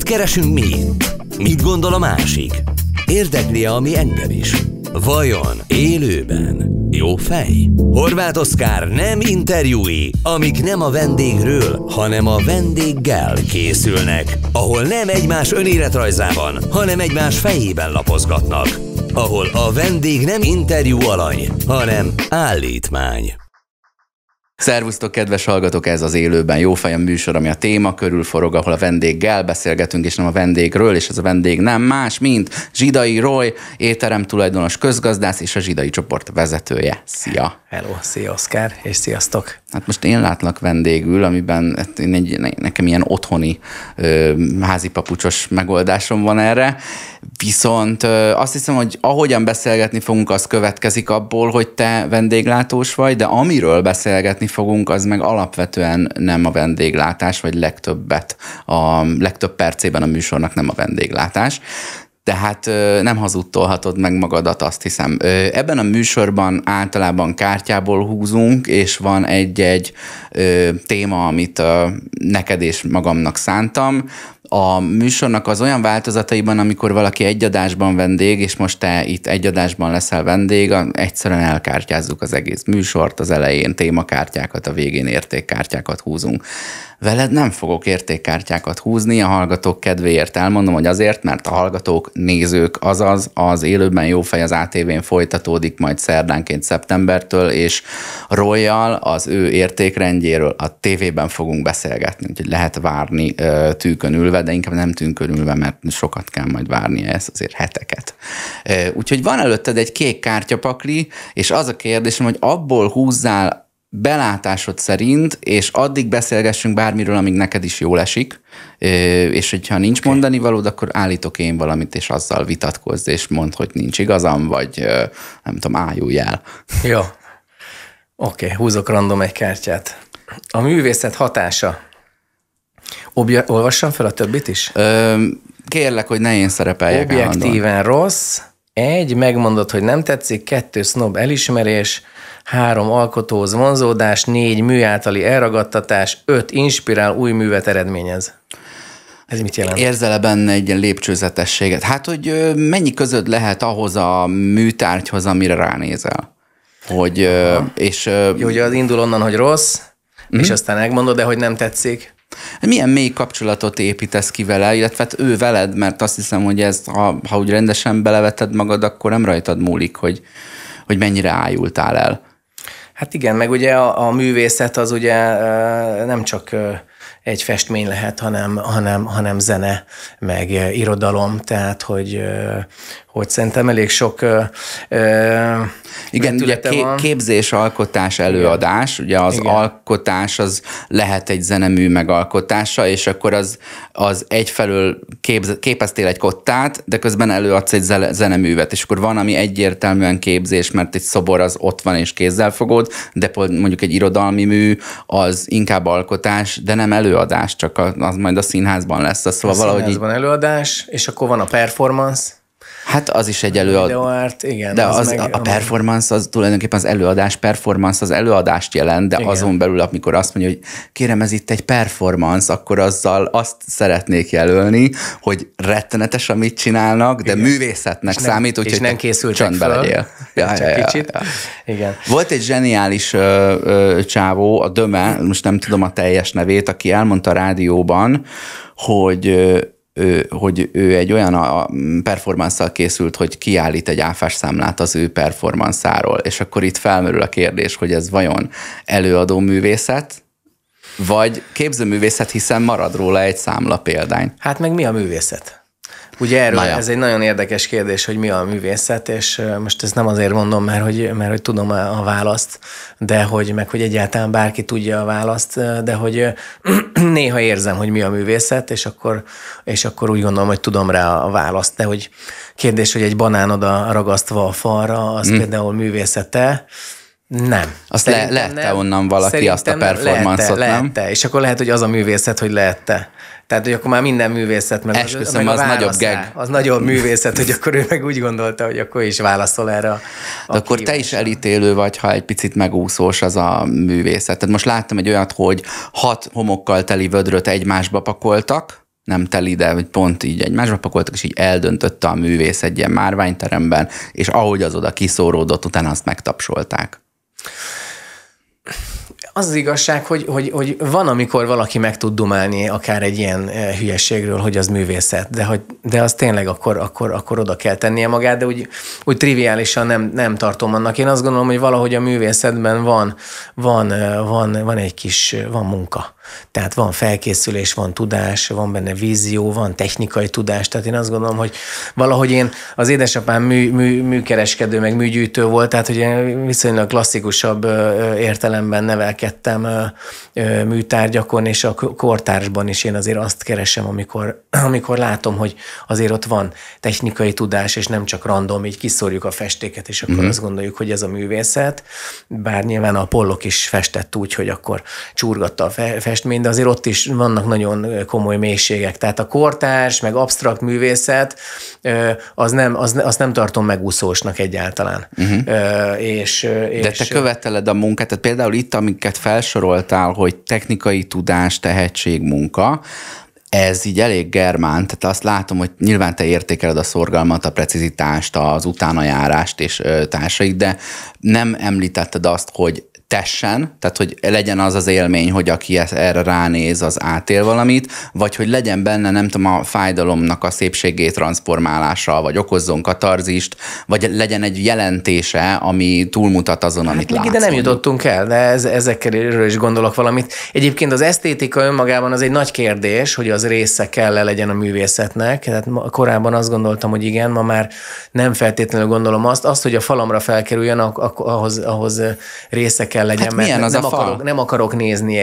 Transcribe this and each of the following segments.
Mit keresünk mi? Mit gondol a másik? Érdekli-e, ami engem is? Vajon élőben jó fej? Horváth Oszkár nem interjúi, amik nem a vendégről, hanem a vendéggel készülnek, ahol nem egymás önéletrajzában, hanem egymás fejében lapozgatnak, ahol a vendég nem interjú alany, hanem állítmány. Szervusztok, kedves hallgatók, ez az Élőben Jófej, a műsor, ami a téma körül forog, ahol a vendéggel beszélgetünk, és nem a vendégről, és ez a vendég nem más, mint Zsidai Roy, étterem tulajdonos, közgazdász és a Zsidai csoport vezetője. Szia! Hello, szia Oszkár, és sziasztok! Hát most én látlak vendégül, amiben nekem ilyen otthoni házipapucsos megoldásom van erre, viszont azt hiszem, hogy ahogyan beszélgetni fogunk, az következik abból, hogy te vendéglátós vagy, de amiről beszélgetni fogunk, az meg alapvetően nem a vendéglátás, vagy a legtöbb percében a műsornak nem a vendéglátás. Tehát nem hazudtolhatod meg magadat, azt hiszem. Ebben a műsorban általában kártyából húzunk, és van egy-egy téma, amit neked és magamnak szántam. A műsornak az olyan változataiban, amikor valaki egy adásban vendég, és most te itt egy adásban leszel vendég, egyszerűen elkártyázzuk az egész műsort, az elején témakártyákat, a végén értékkártyákat húzunk. Veled nem fogok értékkártyákat húzni, a hallgatók kedvéért elmondom, hogy azért, mert a hallgatók, nézők, azaz az Élőben Jófej az ATV-n folytatódik majd szerdánként szeptembertől, és Royal az ő értékrendjéről a tévében fogunk beszélgetni, úgyhogy lehet várni tűkön ülve, de inkább nem tűkön ülve, mert sokat kell majd várni, ez azért heteket. Úgyhogy van előtted egy kék kártyapakli, és az a kérdésem, hogy abból húzzál belátásod szerint, és addig beszélgessünk bármiről, amíg neked is jól esik, és hogyha nincs mondani valód, akkor állítok én valamit, és azzal vitatkozz, és mondd, hogy nincs igazam, vagy nem tudom, álljulj el. Jó. Oké, húzok random egy kártyát. A művészet hatása. Olvassam fel a többit is? Kérlek, hogy ne én szerepeljek állandóan. Objektíven rossz. 1. Megmondod, hogy nem tetszik. 2. Sznob elismerés. 3. Alkotóhoz vonzódás. 4. Mű általi elragadtatás. 5. Inspirál, új művet eredményez. Ez mit jelent? Érzel-e benne egy ilyen lépcsőzetességet? Hát, hogy mennyi közöd lehet ahhoz a műtárgyhoz, amire ránézel? Hogy, Jó, hogy az indul onnan, hogy rossz, és aztán megmondod, de hogy nem tetszik. Milyen mély kapcsolatot építesz ki vele, illetve hát ő veled, mert azt hiszem, hogy ezt, ha úgy rendesen beleveted magad, akkor nem rajtad múlik, hogy mennyire ájultál el. Hát igen, meg ugye a művészet az ugye nem csak egy festmény lehet, hanem zene, meg irodalom, tehát hogy szerintem elég sok igen, ugye képzés, alkotás, előadás, ugye az igen. Alkotás az lehet egy zenemű megalkotása, és akkor az egyfelől képeztél egy kottát, de közben előadsz egy zeneművet, és akkor van, ami egyértelműen képzés, mert egy szobor az ott van és kézzel fogod, de mondjuk egy irodalmi mű az inkább alkotás, de nem előadás, csak az majd a színházban lesz. Szóval a színházban előadás, és akkor van a performance. Hát az is egy előadás. Videoart, igen. De a performance, az tulajdonképpen az előadás, performance az előadást jelent, de igen. Azon belül, amikor azt mondja, hogy kérem, ez itt egy performance, akkor azzal azt szeretnék jelölni, hogy rettenetes, amit csinálnak, de igen. Művészetnek és számít, úgyhogy nem készültek csöndbe legyél. Kicsit. Igen. Volt egy zseniális csávó, a Döme, most nem tudom a teljes nevét, aki elmondta a rádióban, hogy ő egy olyan performanszal készült, hogy kiállít egy áfás számlát az ő performanszáról, és akkor itt felmerül a kérdés, hogy ez vajon előadó művészet, vagy képzőművészet, hiszen marad róla egy számla példány. Hát meg mi a művészet? Ugye erről ez egy nagyon érdekes kérdés, hogy mi a művészet, és most ezt nem azért mondom, mert hogy tudom a választ, de hogy egyáltalán bárki tudja a választ, de hogy néha érzem, hogy mi a művészet, és akkor úgy gondolom, hogy tudom rá a választ, de hogy kérdés, hogy egy banán oda ragasztva a falra, az például művészete. Nem. Azt lehette onnan valaki szerintem azt a performanszot, nem? Lehette. És akkor lehet, hogy az a művészet, hogy lehette. Tehát, hogy akkor már minden művészet, meg esküszöm, az nagyobb gag. Az nagyobb művészet, hogy akkor ő meg úgy gondolta, hogy akkor is válaszol erre de akkor te is elítélő vagy, ha egy picit megúszós az a művészet. Tehát most láttam egy olyat, hogy 6 homokkal teli vödröt egymásba pakoltak, nem teli, de hogy pont így egymásba pakoltak, és így eldöntötte a művész egy ilyen márványteremben, és ahogy az oda kiszóródott, utána azt megtapsolták. Az igazság, hogy van, amikor valaki meg tud dumálni akár egy ilyen hülyességről, hogy az művészet, de az tényleg akkor oda kell tennie magát, de úgy triviálisan nem tartom annak. Én azt gondolom, hogy valahogy a művészetben van egy kis munka. Tehát van felkészülés, van tudás, van benne vízió, van technikai tudás. Tehát én azt gondolom, hogy valahogy az édesapám műkereskedő, meg műgyűjtő volt, tehát hogy viszonylag klasszikusabb értelemben nevelkedtem műtárgyakon, és a kortársban is én azért azt keresem, amikor látom, hogy azért ott van technikai tudás, és nem csak random, így kiszórjuk a festéket, és akkor azt gondoljuk, hogy ez a művészet. Bár nyilván a Pollock is festett úgy, hogy akkor csurgatta a festményt, de azért ott is vannak nagyon komoly mélységek. Tehát a kortárs, meg absztrakt művészet, azt nem tartom megúszósnak egyáltalán. De te követeled a munkát, tehát például itt, amiket felsoroltál, hogy technikai tudás, tehetség, munka, ez így elég germán, tehát azt látom, hogy nyilván te értékeled a szorgalmat, a precizitást, az utánajárást és társait, de nem említetted azt, hogy tessen, tehát hogy legyen az az élmény, hogy aki erre ránéz, az átél valamit, vagy hogy legyen benne, nem tudom, a fájdalomnak a szépségét transformálása, vagy okozzon katarzist, vagy legyen egy jelentése, ami túlmutat azon, amit látsz. Ide nem jutottunk el, de ezekről is gondolok valamit. Egyébként az esztétika önmagában az egy nagy kérdés, hogy az része kell-e legyen a művészetnek. Tehát korábban azt gondoltam, hogy igen, ma már nem feltétlenül gondolom azt, hogy a falamra felkerüljön, ahhoz része kell legyen, hát mert nem akarok nézni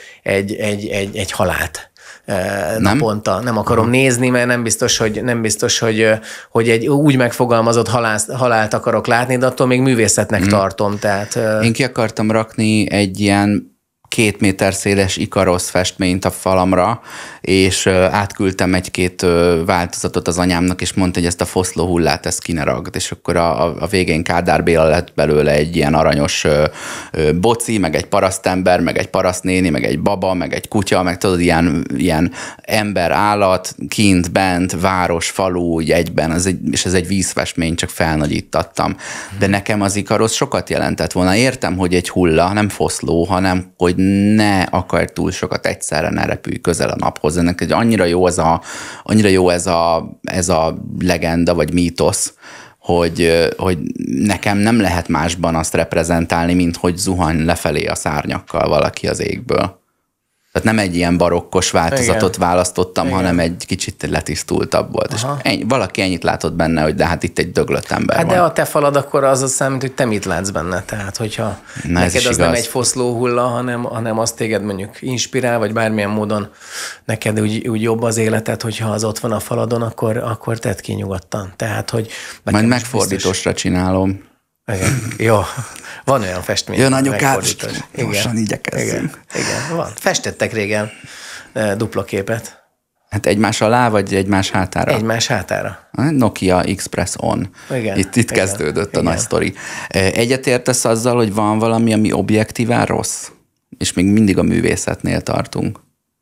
egy halált naponta. Nem akarom nézni, mert nem biztos, hogy egy úgy megfogalmazott halált akarok látni, de attól még művészetnek tartom. Tehát, én ki akartam rakni egy ilyen 2 méter széles Ikarosz festményt a falamra, és átküldtem egy-két változatot az anyámnak, és mondta, hogy ezt a foszló hullát, ezt ki ne ragd. És akkor a végén Kádár Béla lett belőle egy ilyen aranyos boci, meg egy parasztember, meg egy parasztnéni, meg egy baba, meg egy kutya, meg tudod, ilyen ember, állat, kint, bent, város, falu, úgy egyben, és ez egy vízfestmény, csak felnagyítattam. De nekem az Ikarosz sokat jelentett volna. Értem, hogy egy hulla, nem foszló, hanem hogy ne akarj túl sokat egyszerre, ne repülj közel a naphoz. Ennek egy annyira jó ez a legenda, vagy mítosz, hogy nekem nem lehet másban azt reprezentálni, mint hogy zuhany lefelé a szárnyakkal valaki az égből. Tehát nem egy ilyen barokkos változatot választottam, hanem egy kicsit letisztultabb volt. És valaki ennyit látott benne, hogy de hát itt egy döglött ember van. De a te falad akkor az számít, hogy te mit látsz benne. Tehát, hogyha neked az nem egy foszló hulla, hanem azt téged mondjuk inspirál, vagy bármilyen módon neked úgy jobb az életed, hogyha az ott van a faladon, akkor tedd ki nyugodtan. Tehát, hogy majd megfordítosra csinálom. Igen. Jó, van olyan festmény. Jön anyukám, gyorsan igyekezzünk. Igen, van. Festettek régen dupla képet. Hát egymás alá, vagy egymás hátára? Egymás hátára. Nokia Express On. Igen. Itt kezdődött a nagy sztori. Egyetértesz azzal, hogy van valami, ami objektíven rossz? És még mindig a művészetnél tartunk.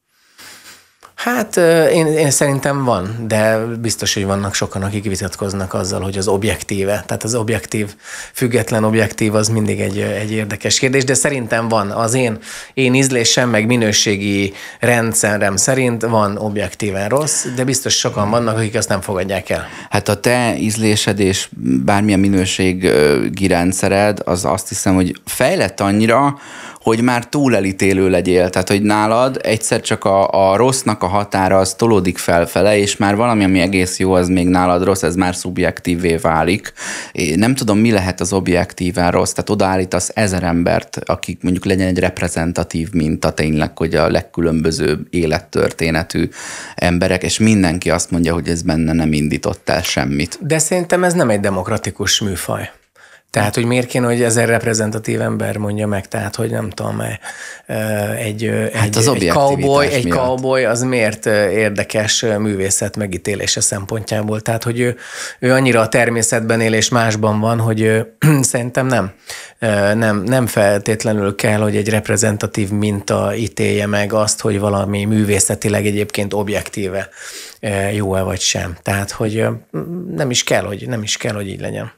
Hát én szerintem van, de biztos, hogy vannak sokan, akik vitatkoznak azzal, hogy az objektíve, tehát az objektív, független objektív az mindig egy érdekes kérdés, de szerintem van. Az én ízlésem, meg minőségi rendszerem szerint van objektíven rossz, de biztos sokan vannak, akik azt nem fogadják el. Hát a te ízlésed és bármilyen minőségi rendszered, az azt hiszem, hogy fejlett annyira, hogy már túl elítélő legyél. Tehát, hogy nálad egyszer csak a rossznak a határa az tolódik felfele, és már valami, ami egész jó, az még nálad rossz, ez már szubjektívvé válik. Én nem tudom, mi lehet az objektíven rossz. Tehát odaállítasz 1000 embert, akik mondjuk legyen egy reprezentatív minta tényleg, hogy a legkülönbözőbb élettörténetű emberek, és mindenki azt mondja, hogy ez benne nem indított el semmit. De szerintem ez nem egy demokratikus műfaj. Tehát, hogy miért kéne, hogy 1000 reprezentatív ember mondja meg, tehát, hogy nem tudom, egy cowboy az miért érdekes művészet megítélése szempontjából. Tehát, hogy ő annyira a természetben él és másban van, hogy szerintem nem feltétlenül kell, hogy egy reprezentatív minta ítélje meg azt, hogy valami művészetileg egyébként objektíve jó-e vagy sem. Tehát, hogy nem is kell, hogy így legyen.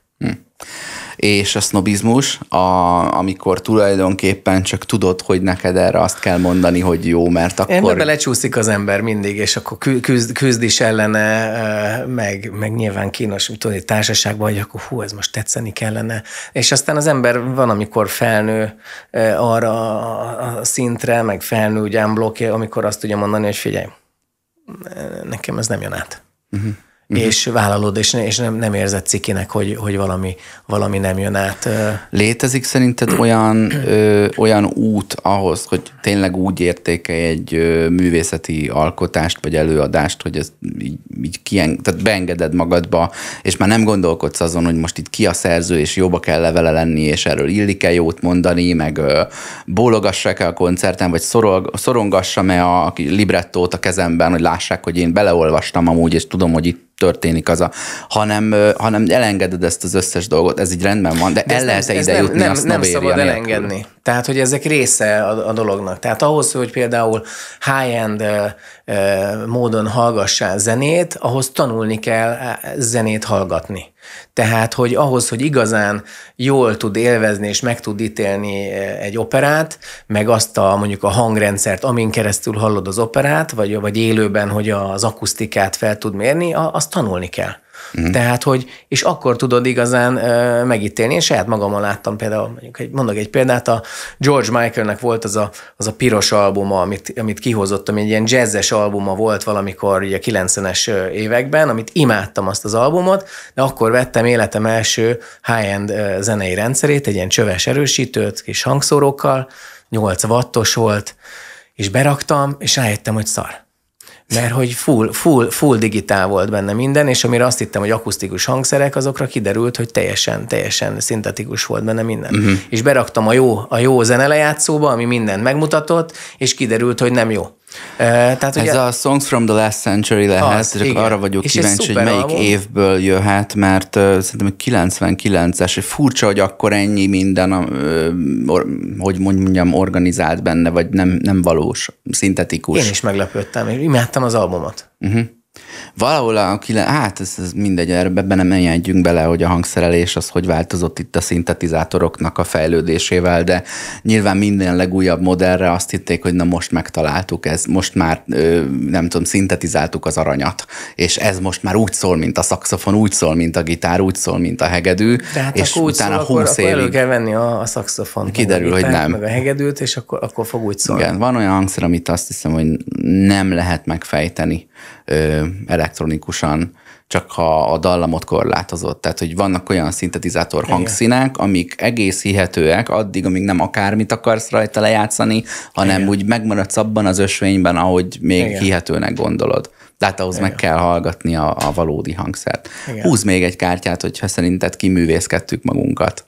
És a sznobizmus, amikor tulajdonképpen csak tudod, hogy neked erre azt kell mondani, hogy jó, mert akkor... Ebbe belecsúszik az ember mindig, és akkor küzd is ellene, meg nyilván kínos, tudod, egy társaságban, hogy akkor ez most tetszeni kellene. És aztán az ember van, amikor felnő arra a szintre, meg felnő ugye unblock, amikor azt tudja mondani, hogy figyelj, nekem ez nem jön át. És vállalod, és nem érzed cikinek, hogy valami nem jön át. Létezik szerinted olyan út ahhoz, hogy tényleg úgy értékelj egy művészeti alkotást, vagy előadást, hogy ezt tehát beengeded magadba, és már nem gondolkodsz azon, hogy most itt ki a szerző, és jóba kell vele lenni, és erről illik-e jót mondani, meg bólogassák-e a koncerten, vagy szorongassam-e a librettót a kezemben, hogy lássák, hogy én beleolvastam amúgy, és tudom, hogy itt történik hanem elengeded ezt az összes dolgot, ez így rendben van, de el lehet ide jutni a sznobéria nélkül? Nem szabad elengedni. Tehát, hogy ezek része a dolognak. Tehát ahhoz, hogy például high-end módon hallgassál zenét, ahhoz tanulni kell zenét hallgatni. Tehát, hogy ahhoz, hogy igazán jól tud élvezni és meg tud ítélni egy operát, meg azt mondjuk a hangrendszert, amin keresztül hallod az operát, vagy élőben, hogy az akusztikát fel tud mérni, azt tanulni kell. Tehát, hogy, és akkor tudod igazán megítélni. Én saját magamon láttam például, mondok egy példát, a George Michaelnek volt az a piros albuma, amit kihozott, ami egy ilyen jazzes albuma volt valamikor ugye a 90-es években, amit imádtam azt az albumot, de akkor vettem életem első high-end zenei rendszerét, egy ilyen csöves erősítőt, kis hangszórókkal, 8 wattos volt, és beraktam, és rájöttem, hogy szar. Mert hogy full digitál volt benne minden, és amire azt hittem, hogy akusztikus hangszerek, azokra kiderült, hogy teljesen szintetikus volt benne minden. És beraktam a jó zenelejátszóba, ami mindent megmutatott, és kiderült, hogy nem jó. Tehát, ez a Songs from the Last Century lehet, csak arra vagyok kíváncsi, hogy melyik évből jöhet, mert szerintem 99-es, furcsa, hogy akkor ennyi minden, hogy mondjam, organizált benne, vagy nem valós, szintetikus. Én is meglepődtem, és imádtam az albumot. Valahol ez mindegy, ebben nem menjünk bele, hogy a hangszerelés az hogy változott itt a szintetizátoroknak a fejlődésével, de nyilván minden legújabb modellre azt hitték, hogy na most megtaláltuk, most már nem tudom, szintetizáltuk az aranyat, és ez most már úgy szól, mint a szaxofon, úgy szól, mint a gitár, úgy szól, mint a hegedű, de hát és akkor utána szól, 20 évig elő kell venni a szaxofon, kiderül, hogy nem. Meg a hegedűt, és akkor fog úgy szólni. Igen, van olyan hangszer, amit azt hiszem, hogy nem lehet megfejteni elektronikusan, csak ha a dallamot korlátozott. Tehát, hogy vannak olyan szintetizátor hangszínek, amik egész hihetőek addig, amíg nem akármit akarsz rajta lejátszani, hanem úgy megmaradsz abban az ösvényben, ahogy még hihetőnek gondolod. De hát ahhoz meg kell hallgatni a valódi hangszert. Húzz még egy kártyát, hogyha szerinted kiművészkedtük magunkat.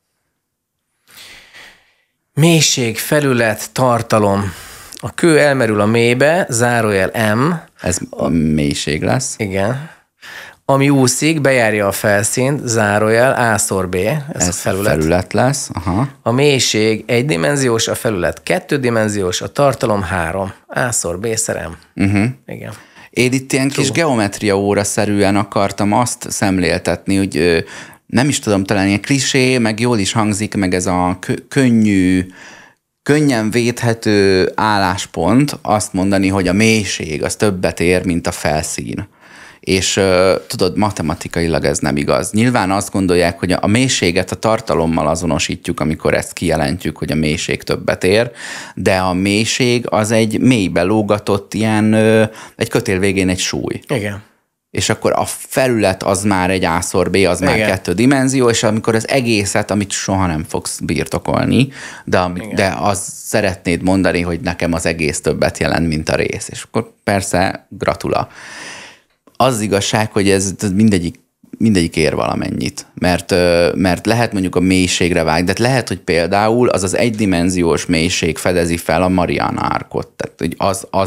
Mélység, felület, tartalom. A kő elmerül a mélybe, zárójel M. Ez mélység lesz. Igen. Ami úszik, bejárja a felszínt, zárójel A-B. Ez a felület lesz. Aha. A mélység egydimenziós, a felület 2-dimenziós, a tartalom 3. A-B-szer M. Igen. Én itt ilyen kis geometria óra-szerűen akartam azt szemléltetni, hogy nem is tudom, talán ilyen klisé, meg jól is hangzik, meg ez a könnyen védhető álláspont azt mondani, hogy a mélység az többet ér, mint a felszín. És tudod, matematikailag ez nem igaz. Nyilván azt gondolják, hogy a mélységet a tartalommal azonosítjuk, amikor ezt kijelentjük, hogy a mélység többet ér, de a mélység az egy mélybe lógatott ilyen, egy kötél végén egy súly. Igen. És akkor a felület az már egy A-B, az már 2 dimenzió, és amikor az egészet, amit soha nem fogsz birtokolni, de azt szeretnéd mondani, hogy nekem az egész többet jelent, mint a rész. És akkor persze gratula. Az igazság, hogy ez mindegyik mindegyik ér valamennyit, mert lehet mondjuk a mélységre vágni, de lehet, hogy például az egydimenziós mélység fedezi fel a Mariana árkot, tehát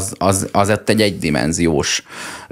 az egy egydimenziós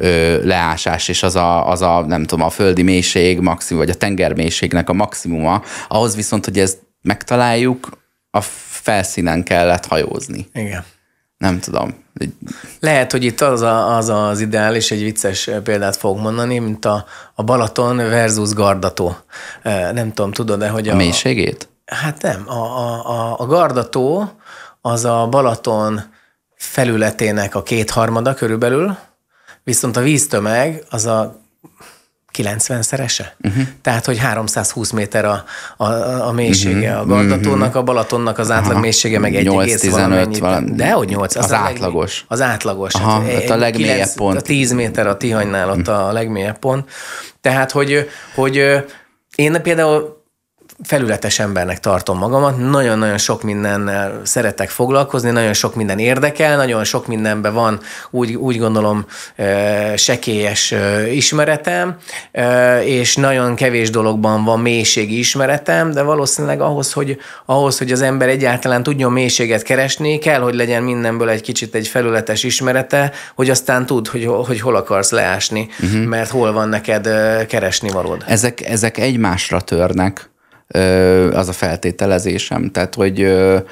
leásás, és az a nem tudom, a földi mélység maximum, vagy a tengermélységnek a maximuma, ahhoz viszont, hogy ezt megtaláljuk, a felszínen kellett hajózni. Igen. Nem tudom. Lehet, hogy itt az ideális, egy vicces példát fogok mondani, mint a Balaton versus Gardató. Nem tudom, tudod-e, hogy a mélységét? Hát nem. A Gardató az a Balaton felületének a 2/3 körülbelül, viszont a víztömeg az a 90-szerese. Tehát, hogy 320 méter a mélysége a Gardatónak, a Balatonnak az átlag mélysége meg 1,15. Dehogy 8. Az átlagos. Az átlagos. Aha, hát a legmélyebb pont. A 10 méter a Tihanynál ott a legmélyebb pont. Tehát, hogy én például felületes embernek tartom magamat, nagyon-nagyon sok mindennel szeretek foglalkozni, nagyon sok minden érdekel, nagyon sok mindenben van, úgy gondolom, sekélyes ismeretem, és nagyon kevés dologban van mélységi ismeretem, de valószínűleg ahhoz, hogy az ember egyáltalán tudjon mélységet keresni, kell, hogy legyen mindenből egy kicsit egy felületes ismerete, hogy aztán tud, hogy hol akarsz leásni, mert hol van neked keresni valód. Ezek egymásra törnek. Az a feltételezésem. Tehát, hogy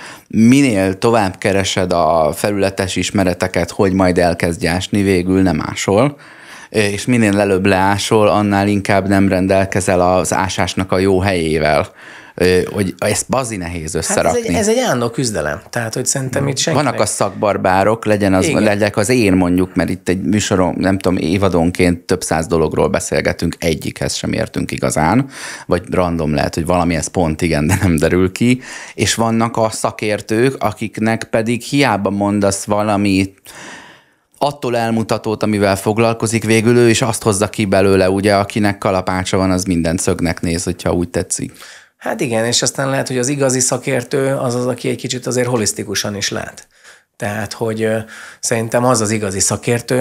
minél tovább keresed a felületes ismereteket, hogy majd elkezdj ásni, végül nem ásol, és minél előbb leásol, annál inkább nem rendelkezel az ásásnak a jó helyével. Hogy ezt bazi nehéz összerakni. Hát ez egy állandó küzdelem. Tehát, hogy szerintem itt senkinek... Vannak a szakbarbárok, legyek az én mondjuk, mert itt egy műsoron, nem tudom, évadonként több száz dologról beszélgetünk, egyikhez sem értünk igazán, vagy random lehet, hogy valami ez pont igen, de nem derül ki, és vannak a szakértők, akiknek pedig hiába mondasz valamit, attól elmutatót, amivel foglalkozik, végül ő is azt hozza ki belőle, ugye, akinek kalapácsa van, az minden szögnek néz, hogyha úgy tetszik. Hát igen, és aztán lehet, hogy az igazi szakértő az, aki egy kicsit azért holisztikusan is lát. Tehát, hogy szerintem az igazi szakértő,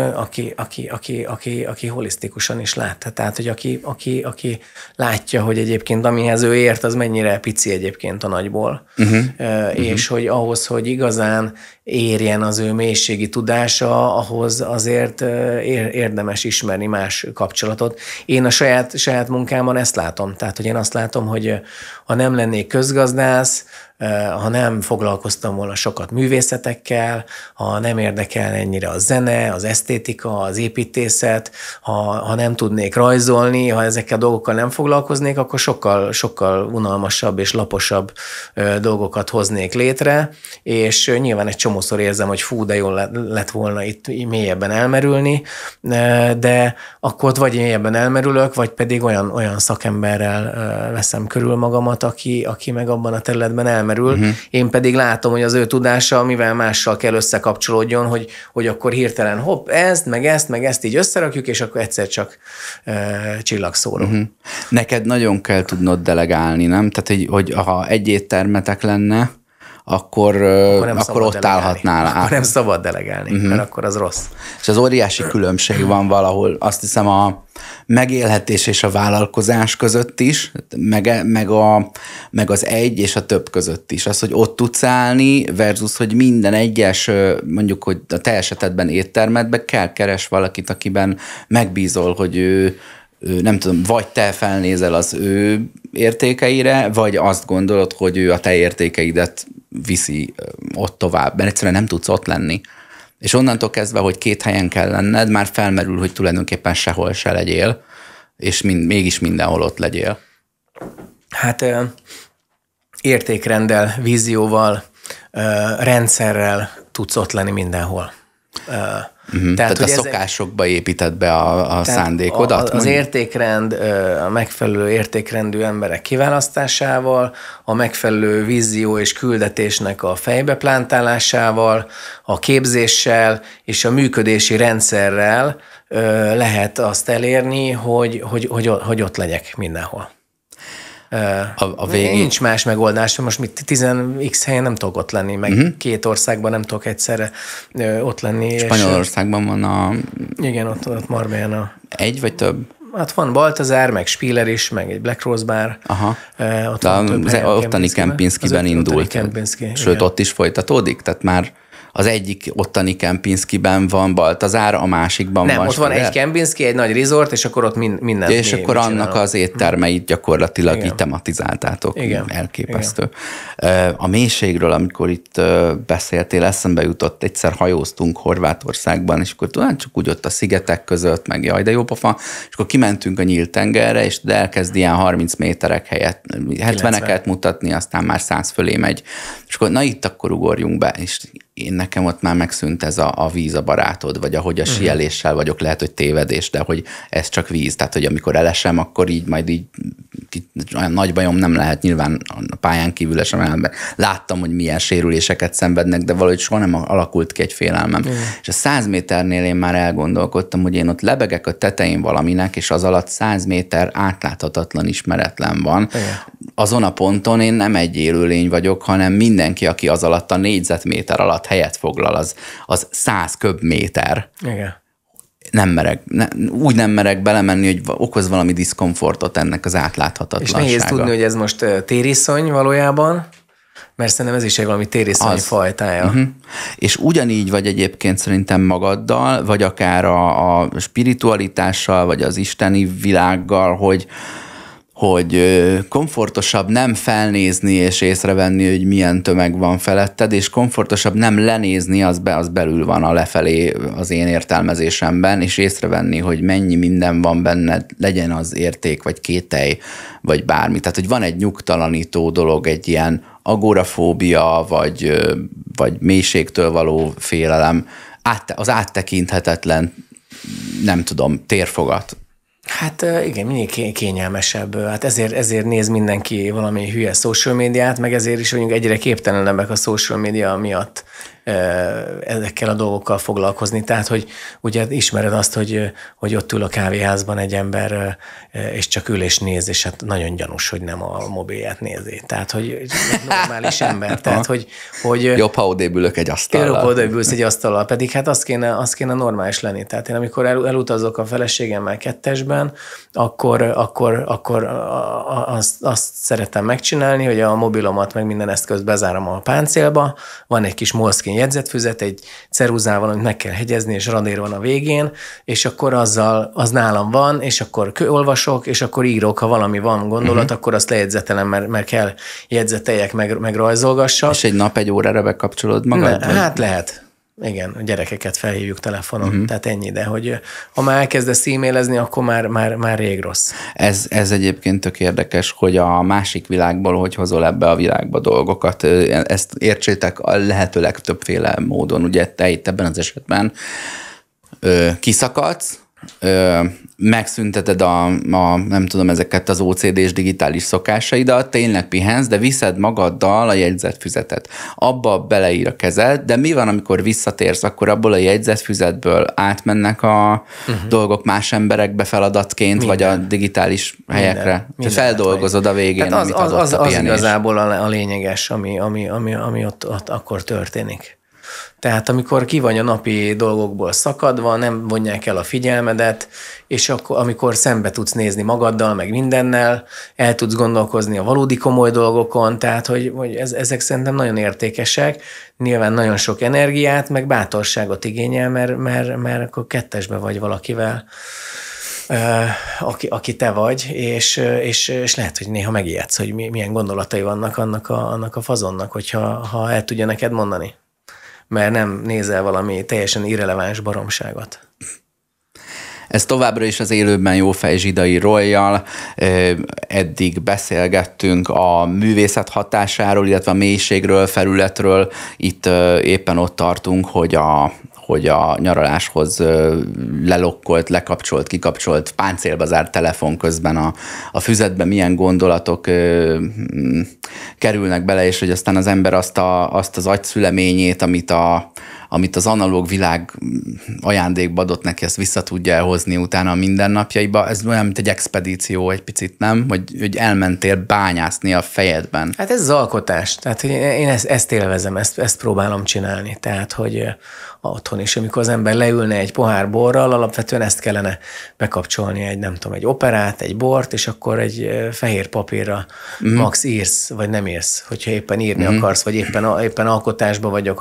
aki holisztikusan is lát. Tehát, hogy aki látja, hogy egyébként amihez ő ért, az mennyire pici egyébként a nagyból. És hogy ahhoz, hogy igazán érjen az ő mélységi tudása, ahhoz azért érdemes ismerni más kapcsolatot. Én a saját munkámban ezt látom. Tehát, hogy én azt látom, hogy ha nem lennék közgazdász, ha nem foglalkoztam volna sokat művészetekkel, ha nem érdekel ennyire a zene, az esztétika, az építészet, ha nem tudnék rajzolni, ha ezekkel a dolgokkal nem foglalkoznék, akkor sokkal unalmasabb és laposabb dolgokat hoznék létre, és nyilván egy csomószor érzem, hogy fú, de jól lett volna itt mélyebben elmerülni, de akkor ott vagy mélyebben elmerülök, vagy pedig olyan szakemberrel veszem körül magamat, aki meg abban a területben elmerül. Én pedig látom, hogy az ő tudása, mivel mással kell összekapcsolódjon, hogy akkor hirtelen hopp, meg ezt így összerakjuk, és akkor egyszer csak csillagszóró. Neked nagyon kell tudnod delegálni, nem? Tehát, hogy ha egy éttermetek lenne, akkor ott állhatnál. Akkor nem szabad delegálni, mert akkor az rossz. És az óriási különbség van valahol, azt hiszem a megélhetés és a vállalkozás között is, meg az egy és a több között is. Az, hogy ott tudsz állni versus, hogy minden egyes, mondjuk, hogy a te esetedben éttermedben kell keres valakit, akiben megbízol, hogy ő nem tudom, vagy te felnézel az ő értékeire, vagy azt gondolod, hogy ő a te értékeidet viszi ott tovább, mert egyszerűen nem tudsz ott lenni. És onnantól kezdve, hogy két helyen kell lenned, már felmerül, hogy tulajdonképpen sehol se legyél, és mégis mindenhol ott legyél. Hát értékrenddel, vízióval, rendszerrel tudsz ott lenni mindenhol. Tehát a szokásokba épített be a szándékodat? Az értékrend, a megfelelő értékrendű emberek kiválasztásával, a megfelelő vízió és küldetésnek a fejbe plántálásával, a képzéssel és a működési rendszerrel lehet azt elérni, hogy ott legyek mindenhol. Nincs más megoldás, most 10x helyen nem tudok ott lenni, meg két országban nem tudok egyszerre ott lenni. Spanyolországban van Igen, ott Marbellán Egy vagy több? Hát van Baltazár, meg Spiller is, meg egy Black Rose Bar. Aha. Ott van az ottani Kempinskiben indult. Kempinski, sőt, igen. ott is folytatódik? Tehát már az egyik ottani Kempinskiben van Baltazár, a másikban van. Nem, ott van egy Kempinski, egy nagy resort, és akkor ott minden. És akkor annak az éttermeit gyakorlatilag Igen. így tematizáltátok. Igen. Elképesztő. Igen. A mélységről, amikor itt beszéltél, eszembe jutott, egyszer hajóztunk Horvátországban, és akkor talán csak úgy ott a szigetek között, meg jaj, de jó pofa, és akkor kimentünk a nyílt tengerre, és elkezd ilyen 30 méterek helyett 70-eket mutatni, aztán már 100 fölé megy. És akkor na itt akkor ugorjunk be, és nekem ott már megszűnt ez a víz a barátod, vagy ahogy a síeléssel vagyok, lehet, hogy tévedés, de hogy ez csak víz. Tehát, hogy amikor elesem, akkor így majd így olyan nagy bajom nem lehet, nyilván a pályán kívül esem el, láttam, hogy milyen sérüléseket szenvednek, de valahogy soha nem alakult ki egy félelmem. És a 100 méternél én már elgondolkodtam, hogy én ott lebegek a tetején valaminek, és az alatt 100 méter átláthatatlan, ismeretlen van. Azon a ponton én nem egy élőlény vagyok, hanem mindenki, aki az alatt a négyzetméter alatt helyet foglal, az 100 köbméter. Igen. Úgy nem merek belemenni, hogy okoz valami diszkomfortot ennek az átláthatatlansága. És nehéz tudni, hogy ez most tériszony valójában, mert szerintem ez is egy valami tériszony fajtája. És ugyanígy vagy egyébként szerintem magaddal, vagy akár a spiritualitással, vagy az isteni világgal, hogy komfortosabb nem felnézni és észrevenni, hogy milyen tömeg van feletted, és komfortosabb nem lenézni, az belül van a lefelé az én értelmezésemben, és észrevenni, hogy mennyi minden van benned, legyen az érték, vagy kételj, vagy bármi. Tehát, hogy van egy nyugtalanító dolog, egy ilyen agorafóbia, vagy mélységtől való félelem, az áttekinthetetlen, nem tudom, térfogat. Hát igen, mindig kényelmesebb. Hát ezért néz mindenki valami hülye social médiát, meg ezért is vagyunk egyre képtelenebbek a social média miatt ezekkel a dolgokkal foglalkozni. Tehát, hogy ugye ismered azt, hogy ott ül a kávéházban egy ember, és csak ül és néz, és hát nagyon gyanús, hogy nem a mobilját nézi. Tehát, hogy normális ember. Tehát, hogy jobb, ha odébülök egy asztallal. Jobb, ha odébülsz egy asztallal, pedig hát az kéne normális lenni. Tehát én amikor elutazok a feleségemmel kettesben, akkor azt szeretem megcsinálni, hogy a mobilomat meg minden eszközt bezárom a páncélba, van egy kis Moleskine jegyzetfüzet, egy ceruzával, amit meg kell hegyezni, és radér van a végén, és akkor az nálam van, és akkor olvasok, és akkor írok, ha valami van gondolat, akkor azt lejegyzetelem, mert kell jegyzeteljek, meg rajzolgassak. És egy nap, egy órára bekapcsolod magad? Hát lehet. Igen, a gyerekeket felhívjuk telefonon, tehát ennyi, de hogy ha már elkezdesz e-mailezni, akkor már rég rossz. Ez egyébként tök érdekes, hogy a másik világból, hogy hozol ebbe a világba dolgokat, ezt értsétek a lehető legtöbbféle módon. Ugye te itt ebben az esetben kiszakadsz, megszünteted nem tudom, ezeket az OCD-s digitális szokásaidat, tényleg pihensz, de viszed magaddal a jegyzetfüzetet. Abba beleír a kezed, de mi van, amikor visszatérsz, akkor abból a jegyzetfüzetből átmennek a dolgok más emberekbe feladatként, vagy a digitális helyekre? Feldolgozod a végén, tehát amit adott a pihenés. Az igazából a lényeges, ami ott akkor történik. Tehát amikor ki vagy a napi dolgokból szakadva, nem vonják el a figyelmedet, és akkor, amikor szembe tudsz nézni magaddal, meg mindennel, el tudsz gondolkozni a valódi komoly dolgokon, tehát hogy ezek szerintem nagyon értékesek, nyilván nagyon sok energiát, meg bátorságot igényel, mert akkor kettesbe vagy valakivel, aki te vagy, és lehet, hogy néha megijedsz, hogy milyen gondolatai vannak annak a fazonnak, hogyha el tudja neked mondani. Mert nem nézel valami teljesen irreleváns baromságot. Ez továbbra is az élőben Jófej Zsidai Rollyal. Eddig beszélgettünk a művészet hatásáról, illetve a mélységről, felületről. Itt éppen ott tartunk, hogy a nyaraláshoz lelokkolt, lekapcsolt, kikapcsolt, páncélba zárt telefon közben a füzetbe milyen gondolatok kerülnek bele, és hogy aztán az ember azt az agyszüleményét, amit az analóg világ ajándékba adott neki, ezt vissza tudja elhozni utána a mindennapjaiba. Ez olyan, mint egy expedíció egy picit, nem? Hogy elmentél bányászni a fejedben. Hát ez az alkotás. Tehát hogy én ezt élvezem, ezt próbálom csinálni. Tehát, hogy otthon is. Amikor az ember leülne egy pohár borral, alapvetően ezt kellene bekapcsolni egy operát, egy bort, és akkor egy fehér papírra max írsz, vagy nem írsz. Hogyha éppen írni akarsz, vagy éppen alkotásban vagyok,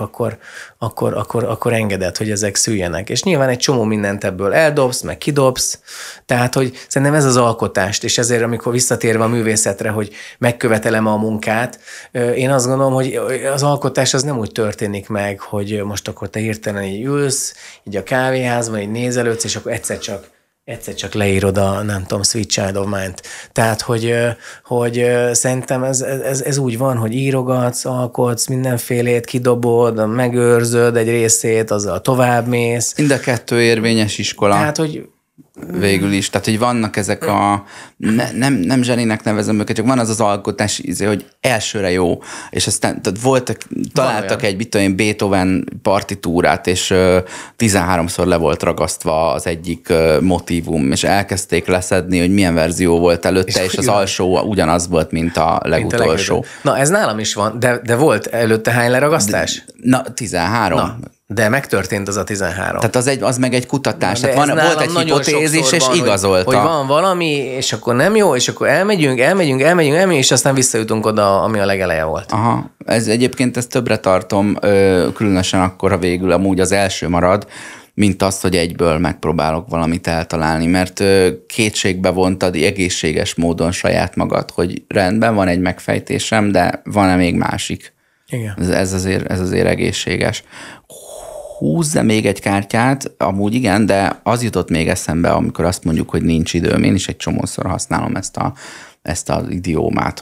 akkor engeded, hogy ezek szüljenek. És nyilván egy csomó mindent ebből eldobsz, meg kidobsz, tehát, hogy szerintem ez az alkotást, és ezért, amikor visszatérve a művészetre, hogy megkövetelem a munkát, én azt gondolom, hogy az alkotás az nem úgy történik meg, hogy most akkor te hirtelen így ülsz, így a kávéházban, így nézelődsz, és akkor egyszer csak leírod a, nem tudom, Sweet Child of Mine-t. Tehát, hogy szerintem ez úgy van, hogy írogatsz, alkotsz, mindenfélét kidobod, megőrzöd egy részét, azzal továbbmész. Mind a kettő érvényes iskola. Tehát, hogy végül is. Tehát, hogy vannak ezek a, nem zseninek nevezem őket, csak van az alkotás, hogy elsőre jó, és aztán találtak egy Beethoven partitúrát, és 13-szor le volt ragasztva az egyik motívum, és elkezdték leszedni, hogy milyen verzió volt előtte, és az alsó ugyanaz volt, mint a legutolsó. Na, ez nálam is van, de volt előtte hány leragasztás? 13. Na. De megtörtént az a 13. Tehát az meg egy kutatás. Tehát volt egy hipotézis, és igazolta. Hogy van valami, és akkor nem jó, és akkor elmegyünk, és aztán visszajutunk oda, ami a legeleje volt. Aha. Egyébként többre tartom, különösen akkor, ha végül amúgy az első marad, mint azt, hogy egyből megpróbálok valamit eltalálni, mert kétségbe vontad egészséges módon saját magad, hogy rendben van egy megfejtésem, de van-e még másik? Igen. Ez azért egészséges. Húzz még egy kártyát, amúgy igen, de az jutott még eszembe, amikor azt mondjuk, hogy nincs időm. Én is egy csomószor használom ezt az idiómát,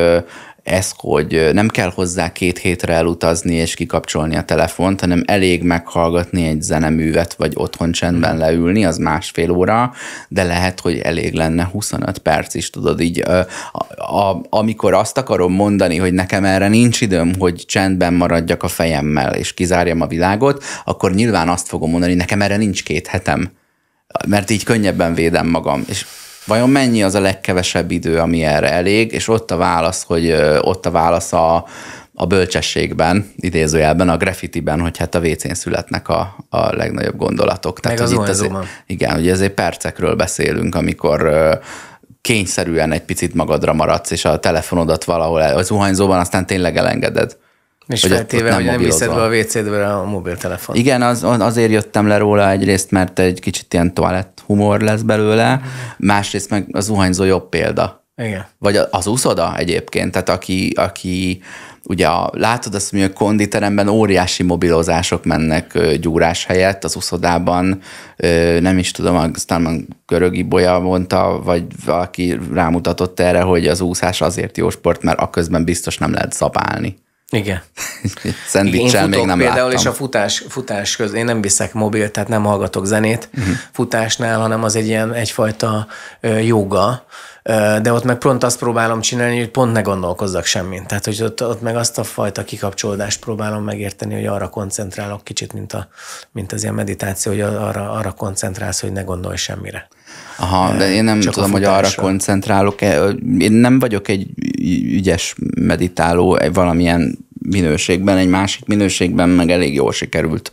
hogy nem kell hozzá 2 hétre elutazni és kikapcsolni a telefont, hanem elég meghallgatni egy zeneművet, vagy otthon csendben leülni, az 1,5 óra, de lehet, hogy elég lenne 25 perc is, tudod, így amikor azt akarom mondani, hogy nekem erre nincs időm, hogy csendben maradjak a fejemmel, és kizárjam a világot, akkor nyilván azt fogom mondani, hogy nekem erre nincs 2 hetem, mert így könnyebben védem magam, és vajon mennyi az a legkevesebb idő, ami erre elég, és ott a válasz, a bölcsességben, idézőjelben, a graffitiben, hogy hát a WC-n születnek a legnagyobb gondolatok. Meg az zuhanyzóban. Igen, ugye ezért percekről beszélünk, amikor kényszerűen egy picit magadra maradsz, és a telefonodat valahol a zuhanyzóban aztán tényleg elengeded. És feltéve, hogy nem viszed be a WC-be a mobiltelefon. Igen, azért jöttem le róla egyrészt, mert egy kicsit ilyen toalett humor lesz belőle, másrészt meg a zuhanyzó jobb példa. Igen. Vagy az úszoda egyébként, tehát aki ugye látod azt, hogy a konditeremben óriási mobilozások mennek gyúrás helyett, az úszodában nem is tudom, aztán a Görög Ibolya mondta, vagy valaki rámutatott erre, hogy az úszás azért jó sport, mert aközben biztos nem lehet zabálni. Igen. Szendvicsel még nem például, láttam. És a futás közben én nem viszek mobilt, tehát nem hallgatok zenét futásnál, hanem az egyfajta jóga, de ott meg pont azt próbálom csinálni, hogy pont ne gondolkozzak semmin. Tehát, hogy ott meg azt a fajta kikapcsolódást próbálom megérteni, hogy arra koncentrálok kicsit, mint az ilyen meditáció, hogy arra koncentrálsz, hogy ne gondolj semmire. Aha, de én nem tudom, hogy arra koncentrálok. Én nem vagyok egy ügyes meditáló valamilyen minőségben, egy másik minőségben meg elég jól sikerült.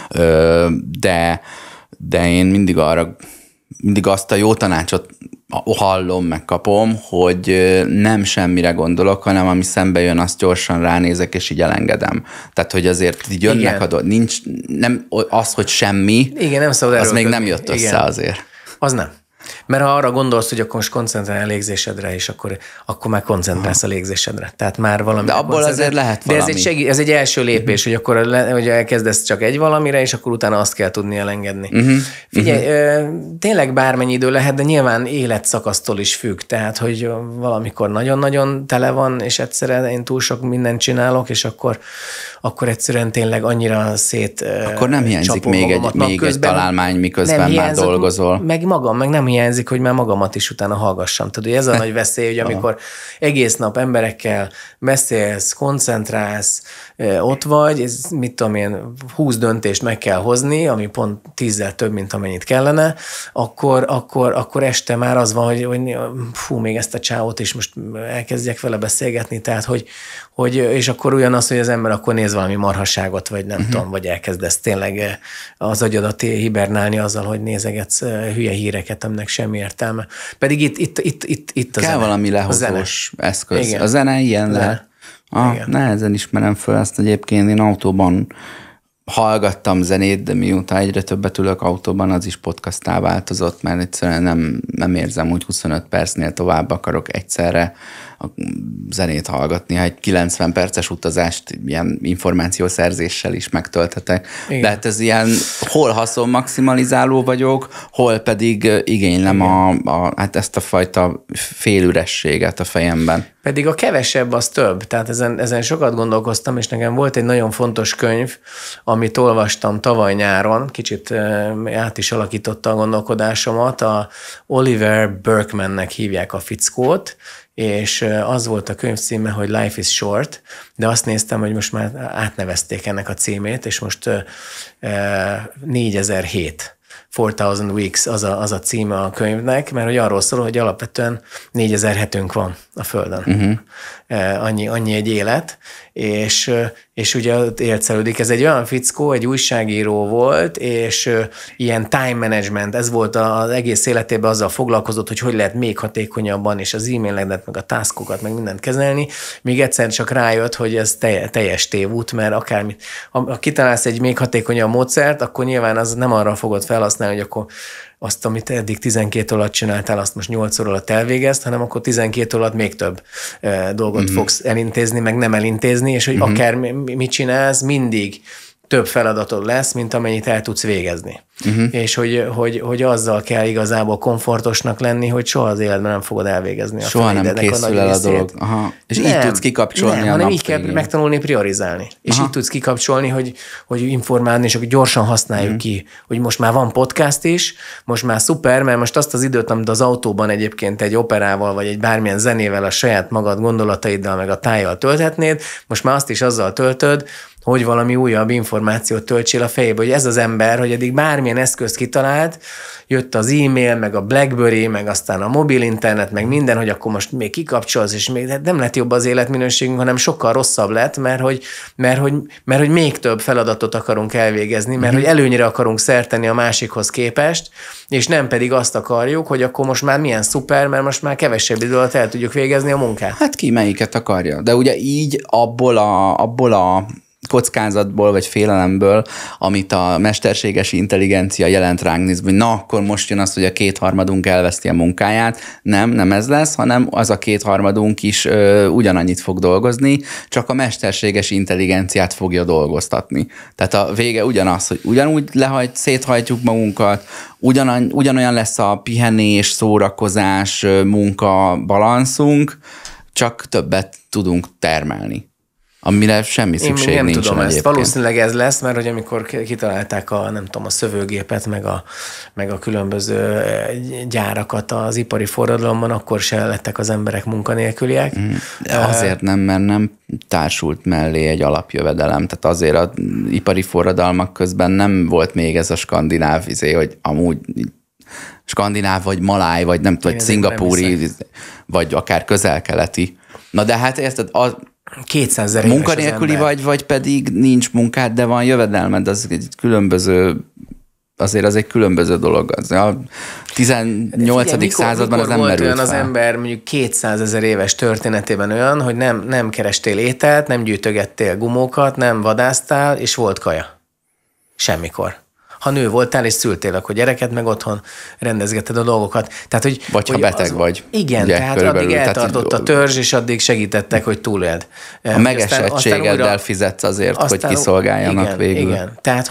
De én mindig azt a jó tanácsot hallom, megkapom, hogy nem semmire gondolok, hanem ami szembe jön, azt gyorsan ránézek, és így elengedem. Tehát, hogy azért így jönnek a dolgok. Nincs, nem az, hogy semmi, igen, nem szabad az még nem jött össze azért. Az nem. Mert ha arra gondolsz, hogy akkor most koncentrálj a légzésedre, és akkor már koncentrálsz a légzésedre. Tehát már valami. De abból azért lehet valami. De ez egy első lépés, hogy akkor hogy elkezdesz csak egy valamire, és akkor utána azt kell tudni elengedni. Figyelj, tényleg bármennyi idő lehet, de nyilván életszakasztól is függ. Tehát, hogy valamikor nagyon-nagyon tele van, és egyszerűen én túl sok mindent csinálok, és akkor egyszerűen tényleg annyira szét. Akkor nem hiányzik még egy találmány, miközben már dolgozol. Meg nem hiányzik, hiányzik, hogy már magamat is utána hallgassam. Tudod, hogy ez a nagy veszély, hogy amikor egész nap emberekkel beszélsz, koncentrálsz, ott vagy, ez, mit tudom én, 20 döntést meg kell hozni, ami pont 10-zel több, mint amennyit kellene, akkor este már az van, hogy fú, még ezt a csávót is most elkezdjek vele beszélgetni, tehát hogy és akkor ugyanaz, hogy az ember akkor néz valami marhasságot, vagy nem tudom, vagy elkezdesz tényleg az agyadat hibernálni azzal, hogy nézegetsz hülye híreket, aminek semmi értelme. Pedig itt a kell zene. valami lehozós eszköz. Igen. A zene ilyen nehezen ismerem föl ezt egyébként. Én autóban hallgattam zenét, de mióta egyre többet ülök autóban, az is podcasttá változott, mert egyszerűen nem érzem, hogy 25 percnél tovább akarok egyszerre a zenét hallgatni. Ha egy 90 perces utazást ilyen információszerzéssel is megtölthetek. Igen. De hát ez ilyen hol haszon maximalizáló vagyok, hol pedig igénylem hát ezt a fajta félürességet a fejemben. Pedig a kevesebb az több. Tehát ezen sokat gondolkoztam, és nekem volt egy nagyon fontos könyv, amit olvastam tavaly nyáron, kicsit át is alakította a gondolkodásomat. A Oliver Burkemannek hívják a fickót, és az volt a könyv címe, hogy Life is Short, de azt néztem, hogy most már átnevezték ennek a címét, és most 4007. 4000 Weeks az a címe a könyvnek, mert hogy arról szól, hogy alapvetően 4000 hetünk van a Földön. Annyi egy élet, és ugye élcelődik. Ez egy olyan fickó, egy újságíró volt, és ilyen time management, ez volt az egész életében, azzal foglalkozott, hogy lehet még hatékonyabban, és az e-mailedet, meg a taskokat, meg mindent kezelni. Még egyszer csak rájött, hogy ez teljes tévút, mert akármit, ha kitalálsz egy még hatékonyabb módszert, akkor nyilván az nem arra fogod felhasználni, hogy akkor azt, amit eddig 12 alatt csináltál, azt most 8 óra alatt elvégezt, hanem akkor 12 alatt még több dolgot fogsz elintézni, meg nem elintézni, és hogy akár mit csinálsz, mindig több feladatod lesz, mint amennyit el tudsz végezni. És hogy azzal kell igazából komfortosnak lenni, hogy soha az életben nem fogod elvégezni. Soha nem készül el a dolog. Aha. És így tudsz kikapcsolni hanem így kell megtanulni priorizálni. És így tudsz kikapcsolni, hogy informálni, és akkor gyorsan használjuk ki, hogy most már van podcast is, most már szuper, mert most azt az időt, amit az autóban egyébként egy operával, vagy egy bármilyen zenével a saját magad gondolataiddal, meg a tájjal tölthetnéd, most már azt is azzal töltöd, hogy valami újabb információt töltsél a fejébe, hogy ez az ember, hogy eddig bármilyen eszközt kitalált, jött az e-mail, meg a BlackBerry, meg aztán a mobil internet, meg minden, hogy akkor most még kikapcsolsz, és még nem lett jobb az életminőségünk, hanem sokkal rosszabb lett, mert hogy még több feladatot akarunk elvégezni, mert hogy előnyre akarunk szert tenni a másikhoz képest, és nem pedig azt akarjuk, hogy akkor most már milyen szuper, mert most már kevesebb idő alatt el tudjuk végezni a munkát. Hát ki melyiket akarja. De ugye így abból a kockázatból, vagy félelemből, amit a mesterséges intelligencia jelent ránk nézve, hogy na, akkor most jön az, hogy a 2/3 elveszti a munkáját. Nem ez lesz, hanem az a 2/3 is ugyanannyit fog dolgozni, csak a mesterséges intelligenciát fogja dolgoztatni. Tehát a vége ugyanaz, hogy ugyanúgy széthajtjuk magunkat, ugyanolyan lesz a pihenés, szórakozás, munka balanszunk, csak többet tudunk termelni. Amire semmi szükség nem nincsen tudom egyébként. ezt. Valószínűleg ez lesz, mert hogy amikor kitalálták a szövőgépet, meg a különböző gyárakat az ipari forradalomban, akkor se lettek az emberek munkanélküliek. De azért nem, mert nem társult mellé egy alapjövedelem. Tehát azért az ipari forradalmak közben nem volt még ez a skandináv hogy amúgy skandináv, vagy maláj, vagy nem tudom, vagy szingapúri, vagy akár közel-keleti. Na de hát érted, 200 000 munkanélküli vagy pedig nincs munkád, de van jövedelmed, az egy különböző, azért az egy különböző dolog. Az a 18. században az nem merült olyan fel. Az ember mondjuk 200 000 éves történetében olyan, hogy nem kerestél ételt, nem gyűjtögettél gumókat, nem vadásztál, és volt kaja. Semmikor. Ha nő voltál, és szültél akkor gyereket, meg otthon rendezgetted a dolgokat. Tehát, hogy ha beteg vagy. Igen, ugye, tehát addig eltartott a törzs, és addig segítettek, hogy túléld. A megesettségeddel fizetsz azért, hogy kiszolgáljanak végül. Igen, tehát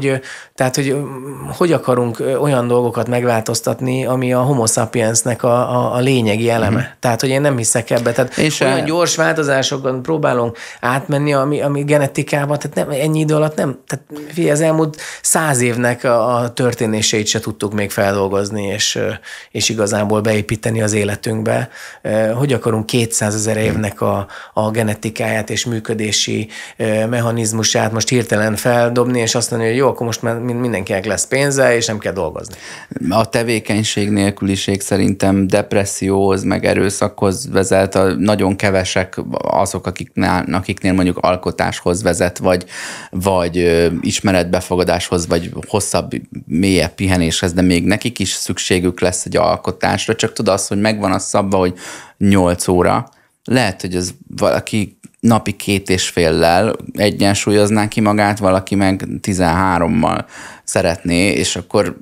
hogy akarunk olyan dolgokat megváltoztatni, ami a homo sapiensnek a lényegi eleme. Tehát, hogy én nem hiszek ebbe. Tehát olyan gyors változásokon próbálunk átmenni, ami genetikában, tehát nem, ennyi idő alatt nem. Tehát az elmúlt 100 év évnek a történéseit se tudtuk még feldolgozni, és igazából beépíteni az életünkbe. Hogy akarunk 200 000 évnek a genetikáját és működési mechanizmusát most hirtelen feldobni, és azt mondani, hogy jó, akkor most már mindenkinek lesz pénze, és nem kell dolgozni. A tevékenység nélküliség szerintem depresszióhoz, meg erőszakhoz vezet, nagyon kevesek azok, akiknél mondjuk alkotáshoz vezet, vagy ismeretbefogadáshoz, vagy hosszabb, mélyebb pihenéshez, de még nekik is szükségük lesz egy alkotásra, csak tudod azt, hogy megvan a szabva, hogy 8 óra, lehet, hogy az valaki napi 2,5-lel egyensúlyozná ki magát, valaki meg 13-mal szeretné, és akkor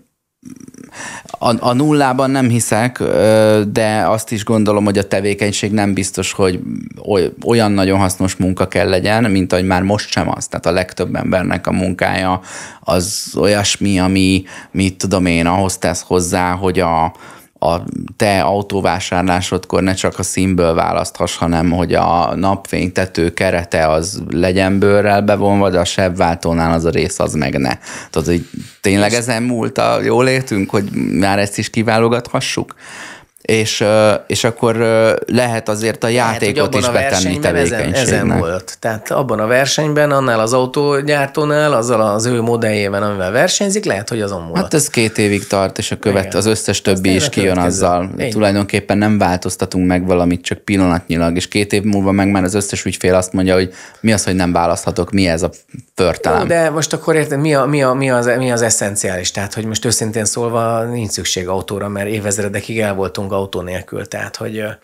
a nullában nem hiszek, de azt is gondolom, hogy a tevékenység nem biztos, hogy olyan nagyon hasznos munka kell legyen, mint ahogy már most sem az. Tehát a legtöbb embernek a munkája az olyasmi, ami, mit tudom én, ahhoz tesz hozzá, hogy a te autóvásárlásodkor ne csak a színből választhass, hanem hogy a napfénytető kerete az legyen bőrrel bevonva, de a sebváltónál az a rész az meg ne. Tudod, hogy tényleg ezen múlt a jólétünk, hogy már ezt is kiválogathassuk? És akkor lehet azért a játékot is betenni tevékenységnek. Ezen volt. Tehát abban a versenyben, annál az autógyártónál, azzal az ő modelljében, amivel versenyzik, lehet, hogy azon múlott. Hát ez 2 évig tart, és az összes többi is kijön azzal. Tulajdonképpen nem változtatunk meg valamit, csak pillanatnyilag, és 2 év múlva meg már az összes ügyfél azt mondja, hogy mi az, hogy nem választhatok, mi ez a förtelem. De most akkor érted, mi az eszenciális? Tehát, hogy most őszintén szólva nincs szükség autóra, mert évezredekig el voltunk autó nélkül, tehát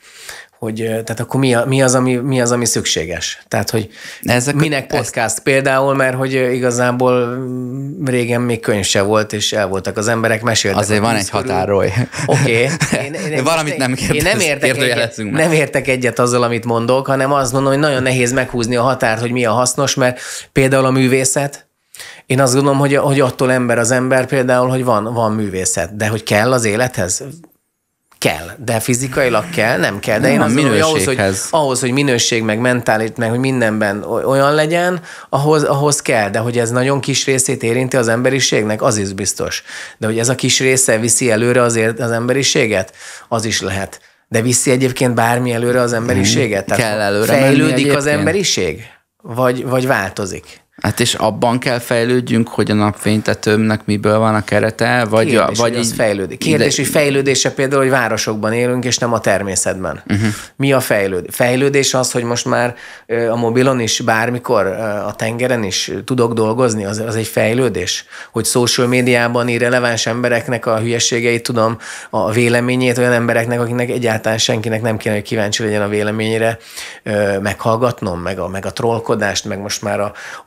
tehát akkor mi az, ami szükséges? Tehát, hogy minek podcast például, mert hogy igazából régen még könyv se volt, és el voltak az emberek, meséltek. Azért van egy határoly. Oké. Valamit nem kérdőjelezünk meg. Nem értek egyet azzal, amit mondok, hanem azt mondom, hogy nagyon nehéz meghúzni a határt, hogy mi a hasznos, mert például a művészet, én azt gondolom, hogy attól ember az ember például, hogy van művészet, de hogy kell az élethez? Kell, de fizikailag kell, nem kell. De én azt mondom, hogy ahhoz, hogy minőség, meg mentális, meg hogy mindenben olyan legyen, ahhoz kell. De hogy ez nagyon kis részét érinti az emberiségnek, az is biztos. De hogy ez a kis része viszi előre azért az emberiséget, az is lehet. De viszi egyébként bármi előre az emberiséget? Tehát kell előre fejlődik az emberiség? Vagy változik? Hát és abban kell fejlődjünk, hogy a napfénytetőmnek miből van a kerete, vagy az fejlődik. Kérdés, hogy fejlődése például, hogy városokban élünk, és nem a természetben. Mi a fejlődés? Fejlődés az, hogy most már a mobilon is, bármikor a tengeren is tudok dolgozni, az egy fejlődés. Hogy social médiában irreleváns embereknek a hülyeségeit tudom, a véleményét olyan embereknek, akiknek egyáltalán senkinek nem kéne, hogy kíváncsi legyen a véleményére, meghallgatnom, meg a trollkodást, meg most már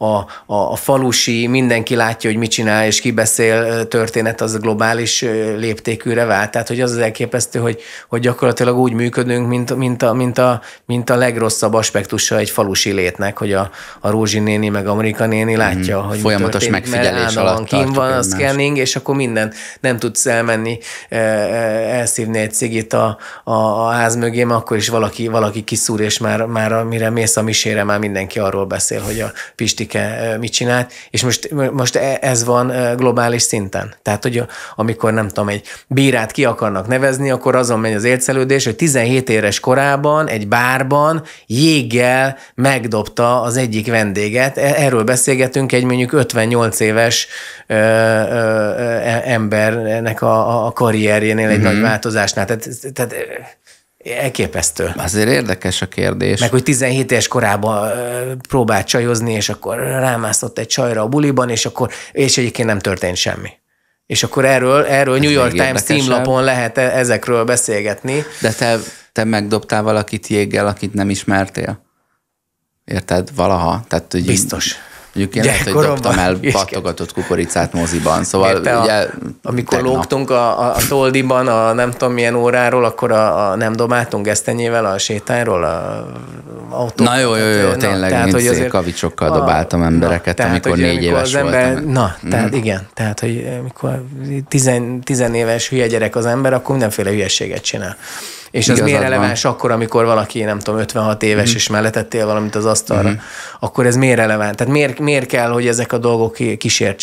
a falusi, mindenki látja, hogy mit csinál, és ki beszél történet, az globális léptékűre vált. Tehát, hogy az elképesztő, hogy gyakorlatilag úgy működünk, mint a legrosszabb aspektusa egy falusi létnek, hogy a Rózsi néni, meg Amerika néni látja, hogy folyamatos megfigyelés alatt tartjuk van a scanning, és akkor minden nem tudsz elmenni, elszívni egy cigit a ház mögé, mert akkor is valaki kiszúr, és már mire mész a misére, már mindenki arról beszél, hogy a Pistike mit csinált, és most ez van globális szinten. Tehát, hogy amikor nem tudom, egy bírát ki akarnak nevezni, akkor azon megy az ércelődés, hogy 17 éves korában egy bárban jéggel megdobta az egyik vendéget. Erről beszélgetünk egy mondjuk 58 éves embernek a karrierjénél egy nagy változásnál. Tehát elképesztő. Azért érdekes a kérdés. Meg, hogy 17 éves korában próbált csajozni, és akkor rámászott egy csajra a buliban, és egyébként nem történt semmi. És akkor erről New York Times címlapon lehet ezekről beszélgetni. De te megdobtál valakit jéggel, akit nem ismertél? Érted? Valaha? Tehát, ugye, biztos. Mondjuk én lehet, hogy dobtam el pattogatott kukoricát moziban. Szóval ugye, amikor lógtunk a Toldiban, a nem tudom milyen óráról, akkor nem dobáltunk gesztenyével a sétányról a autót. Na jó, tényleg tehát, hogy azért kavicsokkal dobáltam embereket, amikor 4 éves voltam. Tehát igen, tehát hogy amikor 10 éves hülye gyerek az ember, akkor mindenféle hülyeséget csinál. És az miért releváns akkor, amikor valaki, nem tudom, 56 éves, és mellettettél valamit az asztalra, akkor ez miért releváns? Tehát miért kell, hogy ezek a dolgok kísértsenek?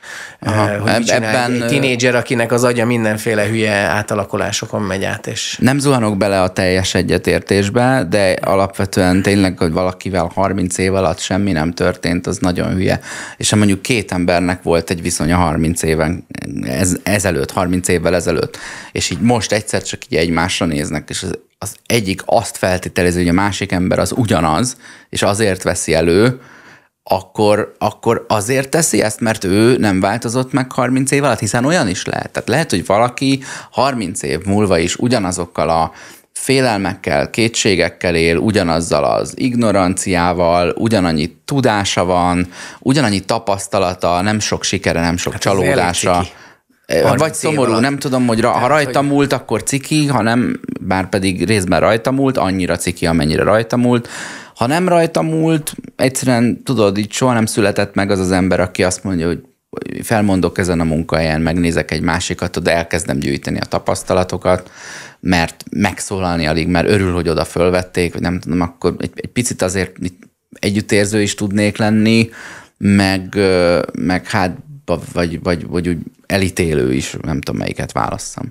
hogy ebben egy tínédzser, akinek az agya mindenféle hülye átalakulásokon megy át. És... Nem zuhanok bele a teljes egyetértésbe, de alapvetően tényleg, hogy valakivel 30 év alatt semmi nem történt, az nagyon hülye. És ha mondjuk két embernek volt egy viszonya 30 éven ezelőtt, 30 évvel ezelőtt, és így most egyszer csak így egymásra néznek, és az egyik azt feltételezi, hogy a másik ember az ugyanaz, és azért veszi elő, akkor azért teszi ezt, mert ő nem változott meg 30 év alatt, hiszen olyan is lehet. Tehát lehet, hogy valaki 30 év múlva is ugyanazokkal a félelmekkel, kétségekkel él, ugyanazzal az ignoranciával, ugyanannyi tudása van, ugyanannyi tapasztalata, nem sok sikere, nem sok csalódása. Vagy szomorú, nem tudom, hogy ha rajta múlt, akkor ciki, ha nem, bár pedig részben rajta múlt, annyira ciki, amennyire rajta múlt. Ha nem rajta múlt, egyszerűen tudod, így soha nem született meg az az ember, aki azt mondja, hogy felmondok ezen a munkahelyen, megnézek egy másikat, de elkezdem gyűjteni a tapasztalatokat, mert megszólalni alig, mert örül, hogy oda fölvették, vagy nem tudom, akkor egy picit azért együttérző is tudnék lenni, meg hát vagy úgy elítélő is, nem tudom, melyiket válasszam.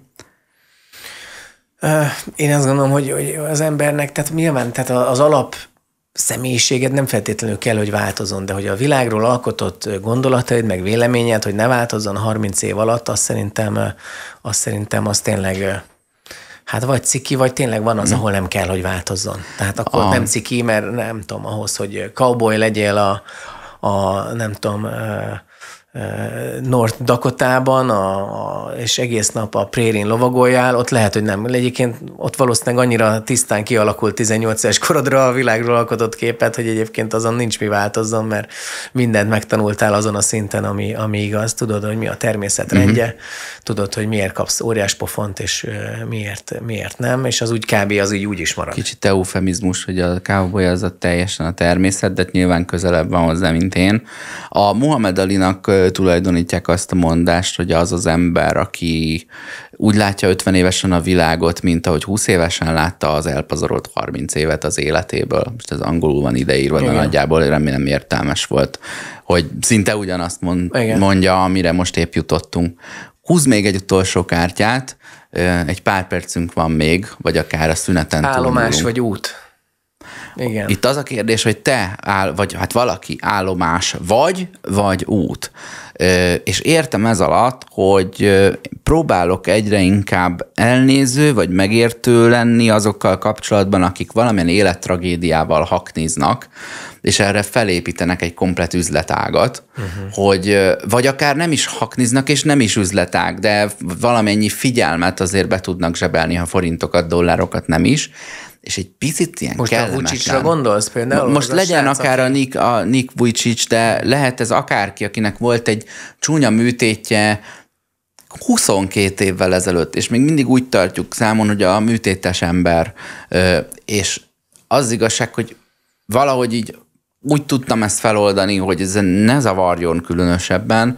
Én azt gondolom, hogy az embernek, tehát nyilván tehát az alap személyiséged nem feltétlenül kell, hogy változzon, de hogy a világról alkotott gondolataid, meg véleményed, hogy ne változzon 30 év alatt, azt szerintem az tényleg, hát vagy ciki, vagy tényleg van az, ahol nem kell, hogy változzon. Tehát akkor nem ciki, mert nem tudom, ahhoz, hogy cowboy legyél nem tudom, North Dakotában, és egész nap a prérin lovagoljál, ott lehet, hogy nem. Egyébként ott valószínűleg annyira tisztán kialakult 18 éves korodra a világról alkotott képet, hogy egyébként azon nincs mi változzon, mert mindent megtanultál azon a szinten, ami igaz. Tudod, hogy mi a természet rendje, tudod, hogy miért kapsz óriás pofont, és miért nem, és az úgy kb. Az úgy is marad. Kicsit eufemizmus, hogy a cowboy az teljesen a természet, de nyilván közelebb van hozzá, mint én. A Muhammad Alinak tulajdonítják azt a mondást, hogy az az ember, aki úgy látja 50 évesen a világot, mint ahogy 20 évesen látta az elpazarolt 30 évet az életéből. Most ez angolul van ideírva, de nagyjából remélem értelmes volt, hogy szinte ugyanazt mondja, amire most épp jutottunk. Húzz még egy utolsó kártyát, egy pár percünk van még, vagy akár a szüneten túlmúlunk. Állomás vagy út? Igen. Itt az a kérdés, hogy te vagy hát valaki állomás vagy út. És értem ez alatt, hogy próbálok egyre inkább elnéző vagy megértő lenni azokkal kapcsolatban, akik valamilyen élettragédiával hakniznak, és erre felépítenek egy komplett üzletágat, hogy vagy akár nem is hakniznak, és nem is üzletág, de valamennyi figyelmet azért be tudnak zsebelni, ha forintokat, dollárokat nem is, és egy picit ilyen most kellemetlen. Most a Vucicra gondolsz például? Most legyen akár a Nick Vujicic, de lehet ez akárki, akinek volt egy csúnya műtétje 22 évvel ezelőtt, és még mindig úgy tartjuk számon, hogy a műtétes ember, és az igazság, hogy valahogy így úgy tudtam ezt feloldani, hogy ez ne zavarjon különösebben,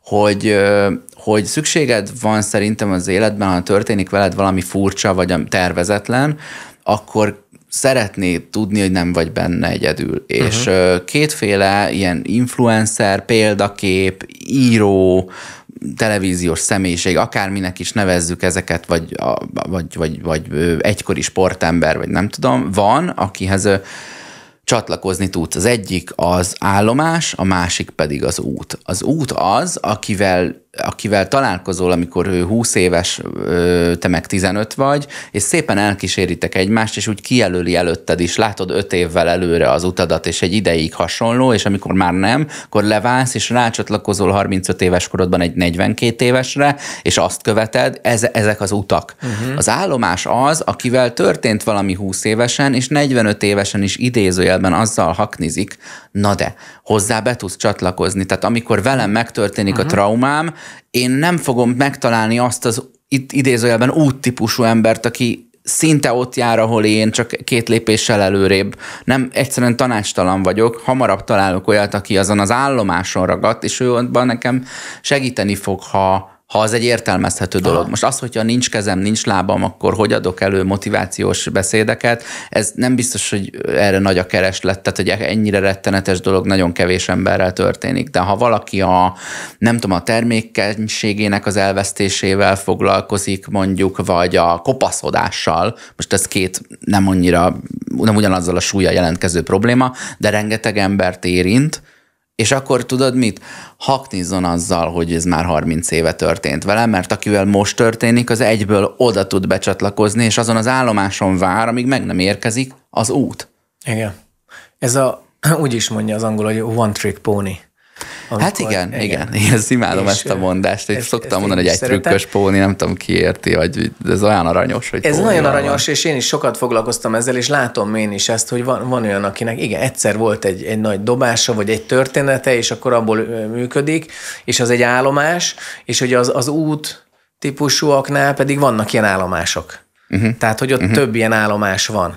hogy szükséged van szerintem az életben, ha történik veled valami furcsa, vagy tervezetlen, akkor szeretnéd tudni, hogy nem vagy benne egyedül. És kétféle ilyen influencer, példakép, író, televíziós személyiség, akárminek is nevezzük ezeket, vagy egykori sportember, vagy nem tudom, van, akihez csatlakozni tudsz. Az egyik az állomás, a másik pedig az út. Az út az, akivel találkozol, amikor ő 20 éves, te meg 15 vagy, és szépen elkíséritek egymást, és úgy kijelöli előtted is, látod 5 évvel előre az utadat, és egy ideig hasonló, és amikor már nem, akkor leválsz, és rácsatlakozol 35 éves korodban egy 42 évesre, és azt követed, ezek az utak. Az állomás az, akivel történt valami 20 évesen, és 45 évesen is idézőjelben azzal haknizik, na de, hozzá be tudsz csatlakozni. Tehát amikor velem megtörténik a traumám, én nem fogom megtalálni azt az idézőjelben úttípusú embert, aki szinte ott jár, ahol én, csak 2 lépéssel előrébb. Nem, egyszerűen tanácstalan vagyok, hamarabb találok olyat, aki azon az állomáson ragadt, és ő abban nekem segíteni fog, ha ha az egy értelmezhető dolog. Most az, hogyha nincs kezem, nincs lábam, akkor hogy adok elő motivációs beszédeket, ez nem biztos, hogy erre nagy a kereslet, tehát hogy ennyire rettenetes dolog nagyon kevés emberrel történik. De ha valaki a termékenységének az elvesztésével foglalkozik mondjuk, vagy a kopaszodással, most ez két nem ugyanazzal a súllyal jelentkező probléma, de rengeteg embert érint, és akkor tudod mit? Haknizzon azzal, hogy ez már 30 éve történt velem, mert akivel most történik, az egyből oda tud becsatlakozni, és azon az állomáson vár, amíg meg nem érkezik az út. Igen. Ez úgy is mondja az angol, hogy one trick pony. Hát igen, ezt imádom ezt a mondást, hogy szoktam mondani, hogy egy trükkös póni, nem tudom ki érti, vagy ez olyan aranyos, hogy ez nagyon aranyos, és én is sokat foglalkoztam ezzel, és látom én is ezt, hogy van olyan, akinek igen, egyszer volt egy nagy dobása, vagy egy története, és akkor abból működik, és az egy állomás, és hogy az út típusúaknál pedig vannak ilyen állomások. Tehát, hogy ott több ilyen állomás van.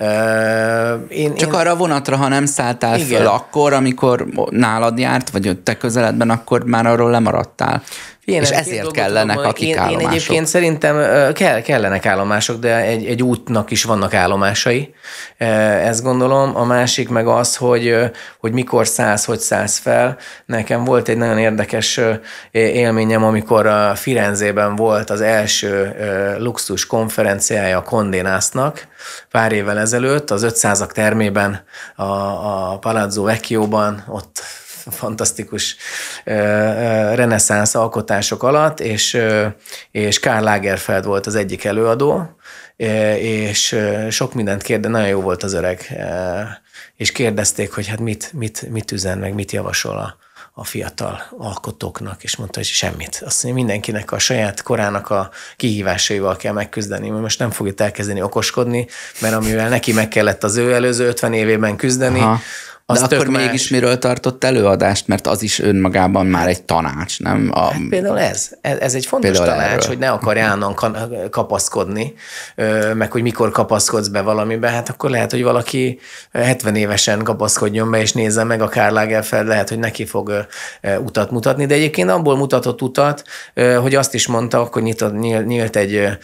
Csak arra a vonatra, ha nem szálltál föl akkor, amikor nálad járt, vagy te közeledben, akkor már arról lemaradtál. És ezért kellenek akik állomások. Én egyébként szerintem kellenek állomások, de egy útnak is vannak állomásai. Ezt gondolom. A másik meg az, hogy mikor szállsz, hogy szállsz fel. Nekem volt egy nagyon érdekes élményem, amikor a Firenzében volt az első luxus konferenciája a Condé Nastnak, pár évvel ezelőtt, az 500-ak termében, a Palazzo Vecchioban, ott fantasztikus reneszánsz alkotások alatt, és Karl Lagerfeld volt az egyik előadó, és sok mindent nagyon jó volt az öreg, és kérdezték, hogy hát mit üzen, meg mit javasol a fiatal alkotóknak, és mondta, hogy semmit. Azt mondja, mindenkinek a saját korának a kihívásaival kell megküzdeni. Most nem fog itt elkezdeni okoskodni, mert amivel neki meg kellett az ő előző 50 évében küzdeni, de akkor mégis miről tartott előadást, mert az is önmagában már egy tanács, nem? Hát például ez egy fontos tanács, erről. Hogy ne akarj állandóan kapaszkodni, meg hogy mikor kapaszkodsz be valamibe, hát akkor lehet, hogy valaki 70 évesen kapaszkodjon be, és nézze meg a Karl Lagerfeld, lehet, hogy neki fog utat mutatni, de egyébként abból mutatott utat, hogy azt is mondta, akkor nyílt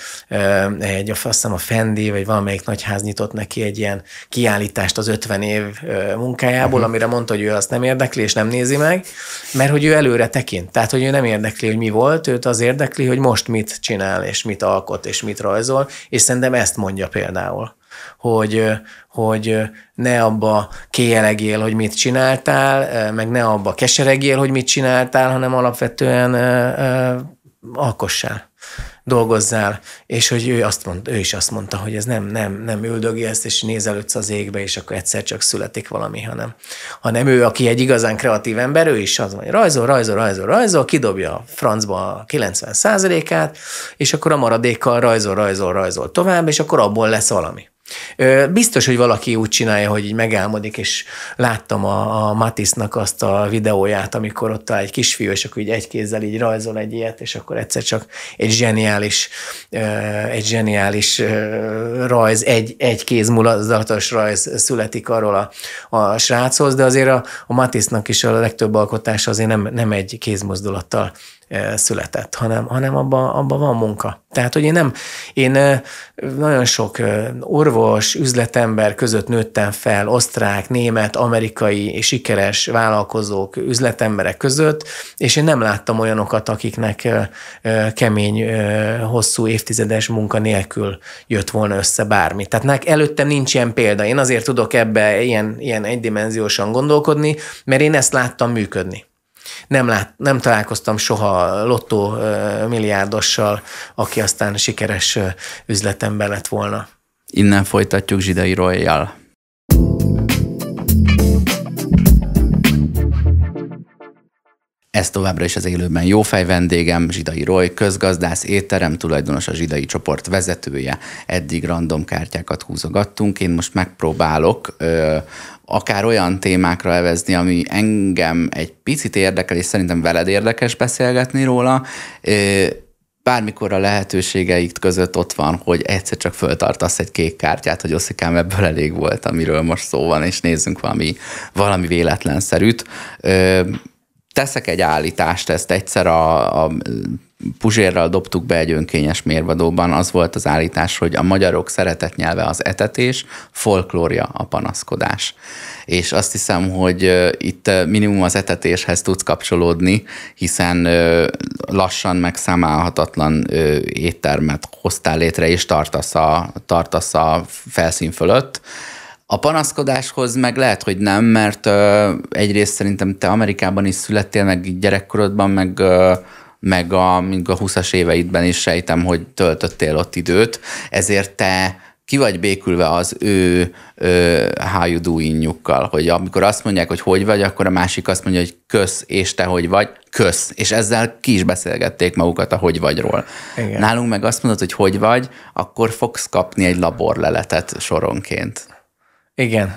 azt hiszem a Fendi, vagy valamelyik nagyház nyitott neki egy ilyen kiállítást az 50 év munkájából, amire mondta, hogy ő azt nem érdekli, és nem nézi meg, mert hogy ő előre tekint. Tehát, hogy ő nem érdekli, hogy mi volt, őt az érdekli, hogy most mit csinál, és mit alkot, és mit rajzol, és szerintem ezt mondja például, hogy ne abba kéjelegél, hogy mit csináltál, meg ne abba keseregél, hogy mit csináltál, hanem alapvetően alkossál, dolgozzál, és hogy ő is azt mondta, hogy ez nem üldögélsz, és nézelődsz az égbe, és akkor egyszer csak születik valami, hanem ő, aki egy igazán kreatív ember, ő is az van, hogy rajzol, kidobja a francba a 90%-át, és akkor a maradékkal rajzol tovább, és akkor abból lesz valami. Biztos, hogy valaki úgy csinálja, hogy így megálmodik, és láttam a Matisse-nak azt a videóját, amikor ott áll egy kisfiú, és akkor így egy kézzel így rajzol egy ilyet, és akkor egyszer csak egy zseniális rajz, egy kézmulatos rajz születik arról a sráchoz, de azért a Matisse-nak is a legtöbb alkotása azért nem egy kézmozdulattal született, hanem abban van munka. Tehát, hogy én nagyon sok orvos, üzletember között nőttem fel, osztrák, német, amerikai és sikeres vállalkozók, üzletemberek között, és én nem láttam olyanokat, akiknek kemény, hosszú évtizedes munka nélkül jött volna össze bármi. Tehát előttem nincs ilyen példa. Én azért tudok ebbe ilyen egydimenziósan gondolkodni, mert én ezt láttam működni. Nem találkoztam soha lottó milliárdossal, aki aztán sikeres üzletember lett volna. Innen folytatjuk Zsidai Royjal. Ez továbbra is az élőben jófej vendégem, Zsidai Roy, közgazdász, étterem tulajdonos, a Zsidai csoport vezetője. Eddig random kártyákat húzogattunk, én most megpróbálok akár olyan témákra evezni, ami engem egy picit érdekel, és szerintem veled érdekes beszélgetni róla. Bármikor a lehetőségeik között ott van, hogy egyszer csak föltartasz egy kék kártyát, hogy Oszikám, ebből elég volt, amiről most szó van, és nézzünk valami véletlenszerűt. Teszek egy állítást, ezt egyszer a Puzsérral dobtuk be egy önkényes mérvadóban, az volt az állítás, hogy a magyarok szeretetnyelve az etetés, folklórja a panaszkodás. És azt hiszem, hogy itt minimum az etetéshez tudsz kapcsolódni, hiszen lassan megszámálhatatlan éttermet hoztál létre, és tartasz a felszín fölött. A panaszkodáshoz meg lehet, hogy nem, mert egyrészt szerintem te Amerikában is születtél, meg gyerekkorodban, meg a 20-as éveidben is sejtem, hogy töltöttél ott időt, ezért te ki vagy békülve az ő how you doing-jukkal, hogy amikor azt mondják, hogy vagy, akkor a másik azt mondja, hogy kösz, és te hogy vagy, kösz. És ezzel ki is beszélgették magukat a hogy vagyról. Igen. Nálunk meg azt mondod, hogy vagy, akkor fogsz kapni egy laborleletet soronként. Igen.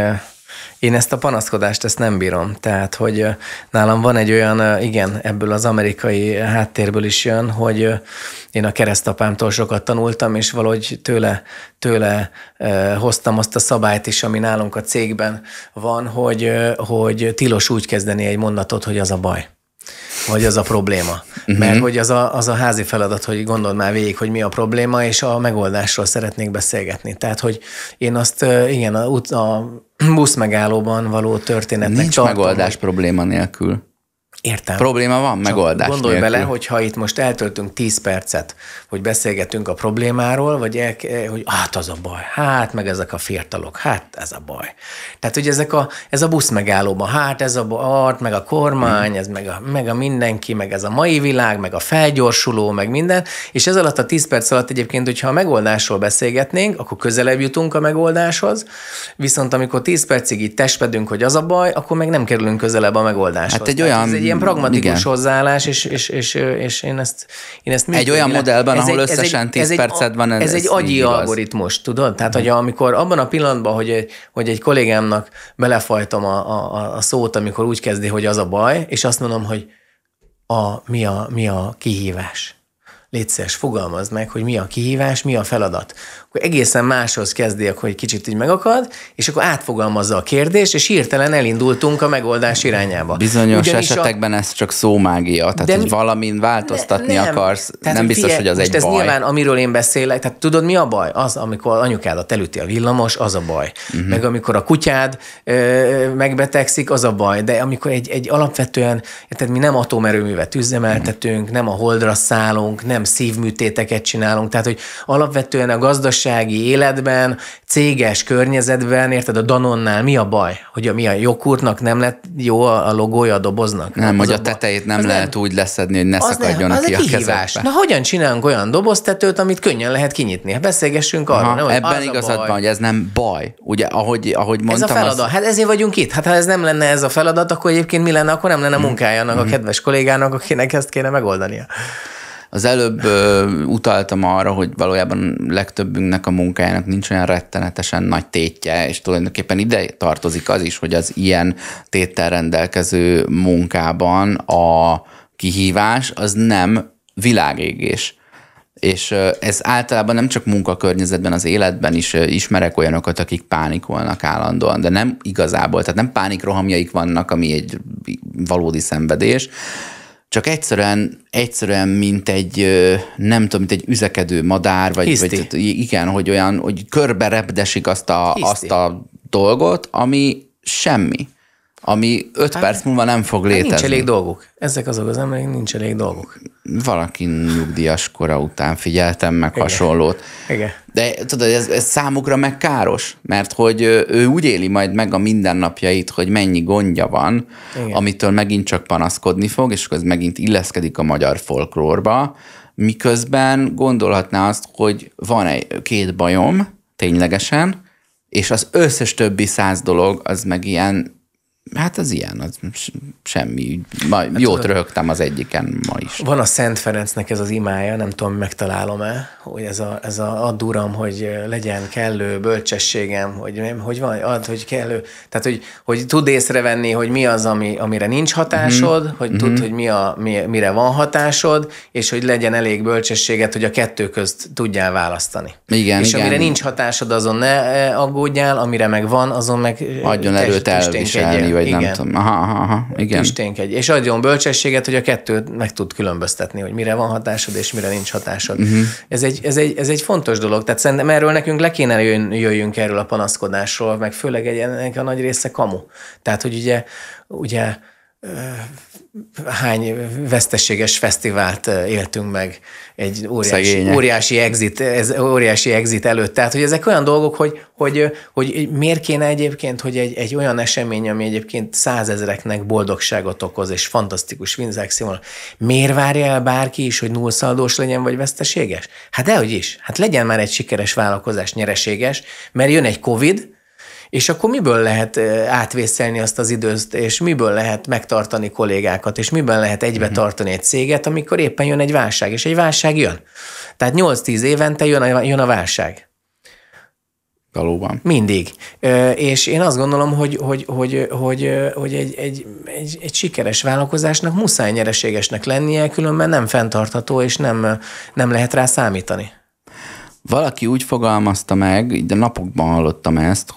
Én ezt a panaszkodást, ezt nem bírom. Tehát, hogy nálam van egy olyan, igen, ebből az amerikai háttérből is jön, hogy én a keresztapámtól sokat tanultam, és valahogy tőle hoztam azt a szabályt is, ami nálunk a cégben van, hogy tilos úgy kezdeni egy mondatot, hogy az a baj. Vagy az a probléma. Mert hogy az a házi feladat, hogy gondold már végig, hogy mi a probléma, és a megoldásról szeretnék beszélgetni. Tehát, hogy én azt, igen, a buszmegállóban való történetnek nincs tartom. Megoldás probléma nélkül. Értem. Probléma van, megoldás gondolj nélkül. bele, hogy ha itt most eltöltünk 10 percet, hogy beszélgetünk a problémáról, vagy hogy hát az a baj, hát meg ezek a fiatalok, hát ez a baj. Tehát, hogy ez a busz megállóban, hát ez a baj, meg a kormány, ez meg a mindenki, meg ez a mai világ, meg a felgyorsuló, meg minden, és ez alatt a 10 perc alatt egyébként, hogyha a megoldásról beszélgetnénk, akkor közelebb jutunk a megoldáshoz, viszont amikor 10 percig itt testpedünk, hogy az a baj, akkor meg nem kerülünk közelebb a megoldáshoz. Hát egy ilyen pragmatikus hozzáállás, és én ezt egy olyan modellben, ahol összesen 10 percet van, ez egy agyi algoritmus, tudod? Tehát, hogy amikor abban a pillanatban, hogy egy kollégámnak belefajtom a szót, amikor úgy kezdi, hogy az a baj, és azt mondom, hogy mi a kihívás. Légy szíves, fogalmazd meg, hogy mi a kihívás, mi a feladat. Akkor egészen máshoz kezdi, hogy kicsit így megakad, és akkor átfogalmazza a kérdést, és hirtelen elindultunk a megoldás irányába. Bizonyos esetekben ez csak szómágia, tehát hogy valamin változtatni akarsz, tehát, nem biztos, hogy az egy baj. Ez nyilván, amiről én beszélek, tehát tudod, mi a baj? Az, amikor anyukádat elüti a villamos, az a baj. Meg amikor a kutyád megbetegszik, az a baj. De amikor egy alapvetően, tehát mi nem atomerőművet üzemeltetünk, nem a holdra szállunk, nem szívműtéteket csinálunk, tehát hogy alapvetően a gazdasági életben, céges környezetben, érted, a Danonnál mi a baj? Hogy mi a joghurtnak nem lett jó a logója a doboznak? Nem, hogy a tetejét nem lehet úgy leszedni, hogy ne szakadjon ki a kezedbe. Na hogyan csinálunk olyan doboztetőt, amit könnyen lehet kinyitni? Hát beszélgessünk arról. Nem, ebben igazad van, hogy ez nem baj. Ugye, ahogy mondtam. Ez a feladat. Hát ezért vagyunk itt. Hát ha ez nem lenne ez a feladat, akkor egyébként mi lenne? Akkor nem lenne munkája annak a kedves kollégának, akinek ezt kéne megoldania. Az előbb utaltam arra, hogy valójában legtöbbünknek a munkájának nincs olyan rettenetesen nagy tétje, és tulajdonképpen ide tartozik az is, hogy az ilyen téttel rendelkező munkában a kihívás az nem világégés. És ez általában nem csak munkakörnyezetben, az életben is ismerek olyanokat, akik pánikolnak állandóan, de nem igazából, tehát nem pánikrohamjaik vannak, ami egy valódi szenvedés, csak egyszerűen mint egy, nem tudom, mint egy üzekedő madár, vagy igen, hogy olyan, hogy körbe repdesik azt a dolgot, ami semmi. Ami 5 perc múlva nem fog létezni. Nincs elég dolguk. Ezek azok az emberek, nincs elég dolguk. Valaki nyugdíjas kora után figyeltem meg hasonlót. Igen. De tudod, ez számukra meg káros, mert hogy ő úgy éli majd meg a mindennapjait, hogy mennyi gondja van, igen, amitől megint csak panaszkodni fog, és akkor ez megint illeszkedik a magyar folklórba, miközben gondolhatná azt, hogy van 2 bajom, ténylegesen, és az összes többi 100 dolog, az meg ilyen, hát az ilyen, az semmi. Jót röhögtem az egyiken ma is. Van a Szent Ferencnek ez az imája, nem tudom, megtalálom-e, hogy ez a add uram, hogy legyen kellő bölcsességem, hogy van, add, hogy kellő, tehát hogy tud észrevenni, hogy mi az, amire nincs hatásod, hogy tudd, hogy mire van hatásod, és hogy legyen elég bölcsességet, hogy a kettő közt tudjál választani. Igen, és amire nincs hatásod, azon ne aggódjál, amire meg van, azon meg adjon erőt elviselni, vagy igen. Nem tudom. Igen. Tüsténkedj. És adjon bölcsességet, hogy a kettőt meg tud különböztetni, hogy mire van hatásod, és mire nincs hatásod. Ez egy fontos dolog. Tehát szerintem erről nekünk le kéne jöjjünk erről a panaszkodásról, meg főleg ennek a nagy része kamu. Tehát, hogy ugye hány veszteséges fesztivált éltünk meg egy óriási exit előtt. Tehát, hogy ezek olyan dolgok, hogy miért kéne egyébként, hogy egy olyan esemény, ami egyébként 100 000-eknek boldogságot okoz, és fantasztikus tranzakció, miért várja el bárki is, hogy nullszaldós legyen, vagy veszteséges? Hát dehogy is. Hát legyen már egy sikeres vállalkozás nyereséges, mert jön egy Covid, és akkor miből lehet átvészelni azt az időt, és miből lehet megtartani kollégákat, és miből lehet egybe tartani egy céget, amikor éppen jön egy válság, és egy válság jön. Tehát 8-10 évente jön a válság. Valóban. Mindig. És én azt gondolom, hogy egy sikeres vállalkozásnak muszáj nyereségesnek lennie, különben nem fenntartható, és nem lehet rá számítani. Valaki úgy fogalmazta meg, de napokban hallottam ezt,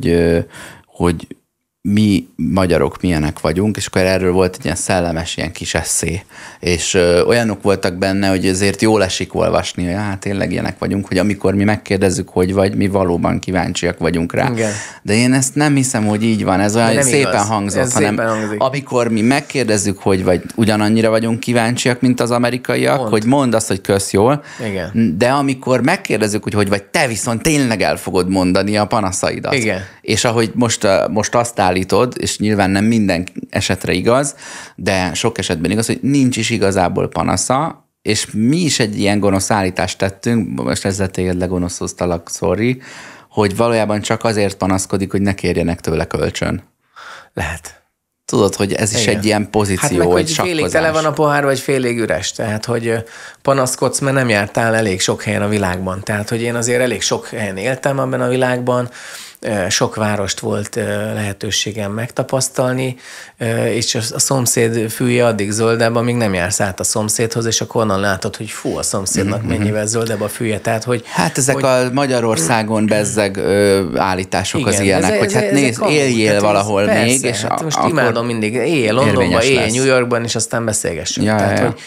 hogy mi magyarok milyenek vagyunk, és akkor erről volt egy ilyen szellemes, ilyen kis esszé, és olyanok voltak benne, hogy ezért jól esik olvasni, hogy hát tényleg ilyenek vagyunk, hogy amikor mi megkérdezzük, hogy vagy, mi valóban kíváncsiak vagyunk rá. Igen. De én ezt nem hiszem, hogy így van, ez olyan szépen igaz. Hangzott, ez hanem amikor mi megkérdezzük, hogy vagy ugyanannyira vagyunk kíváncsiak, mint az amerikaiak, hogy mondd azt, hogy kösz jól, igen. De amikor megkérdezzük, hogy vagy, te viszont tényleg el fogod mondani a panaszaidat. Igen. És ahogy most azt állítod, és nyilván nem minden esetre igaz, de sok esetben igaz, hogy nincs is igazából panasza, és mi is egy ilyen gonosz állítást tettünk, most ezzel téged legonoszoztalak, sorry, hogy valójában csak azért panaszkodik, hogy ne kérjenek tőle kölcsön. Lehet. Tudod, hogy ez is egy ilyen pozíció, hát meg, hogy félig tele van a pohár, vagy félig üres. Tehát, hogy panaszkodsz, mert nem jártál elég sok helyen a világban. Tehát, hogy én azért elég sok helyen éltem abban a világban, sok várost volt lehetőségem megtapasztalni, és a szomszéd fűje addig zöldebb, amíg nem jársz át a szomszédhoz, és akkor onnan látod, hogy fú, a szomszédnak mennyivel zöldebb a fűje. Tehát, hogy, hát ezek a Magyarországon bezzeg állítások igen, az ilyenek, hogy hát nézd, éljél valahol persze, még, és hát most imádom mindig, éljél Londonban, éljél New Yorkban, és aztán beszélgessünk. Ja, tehát, hogy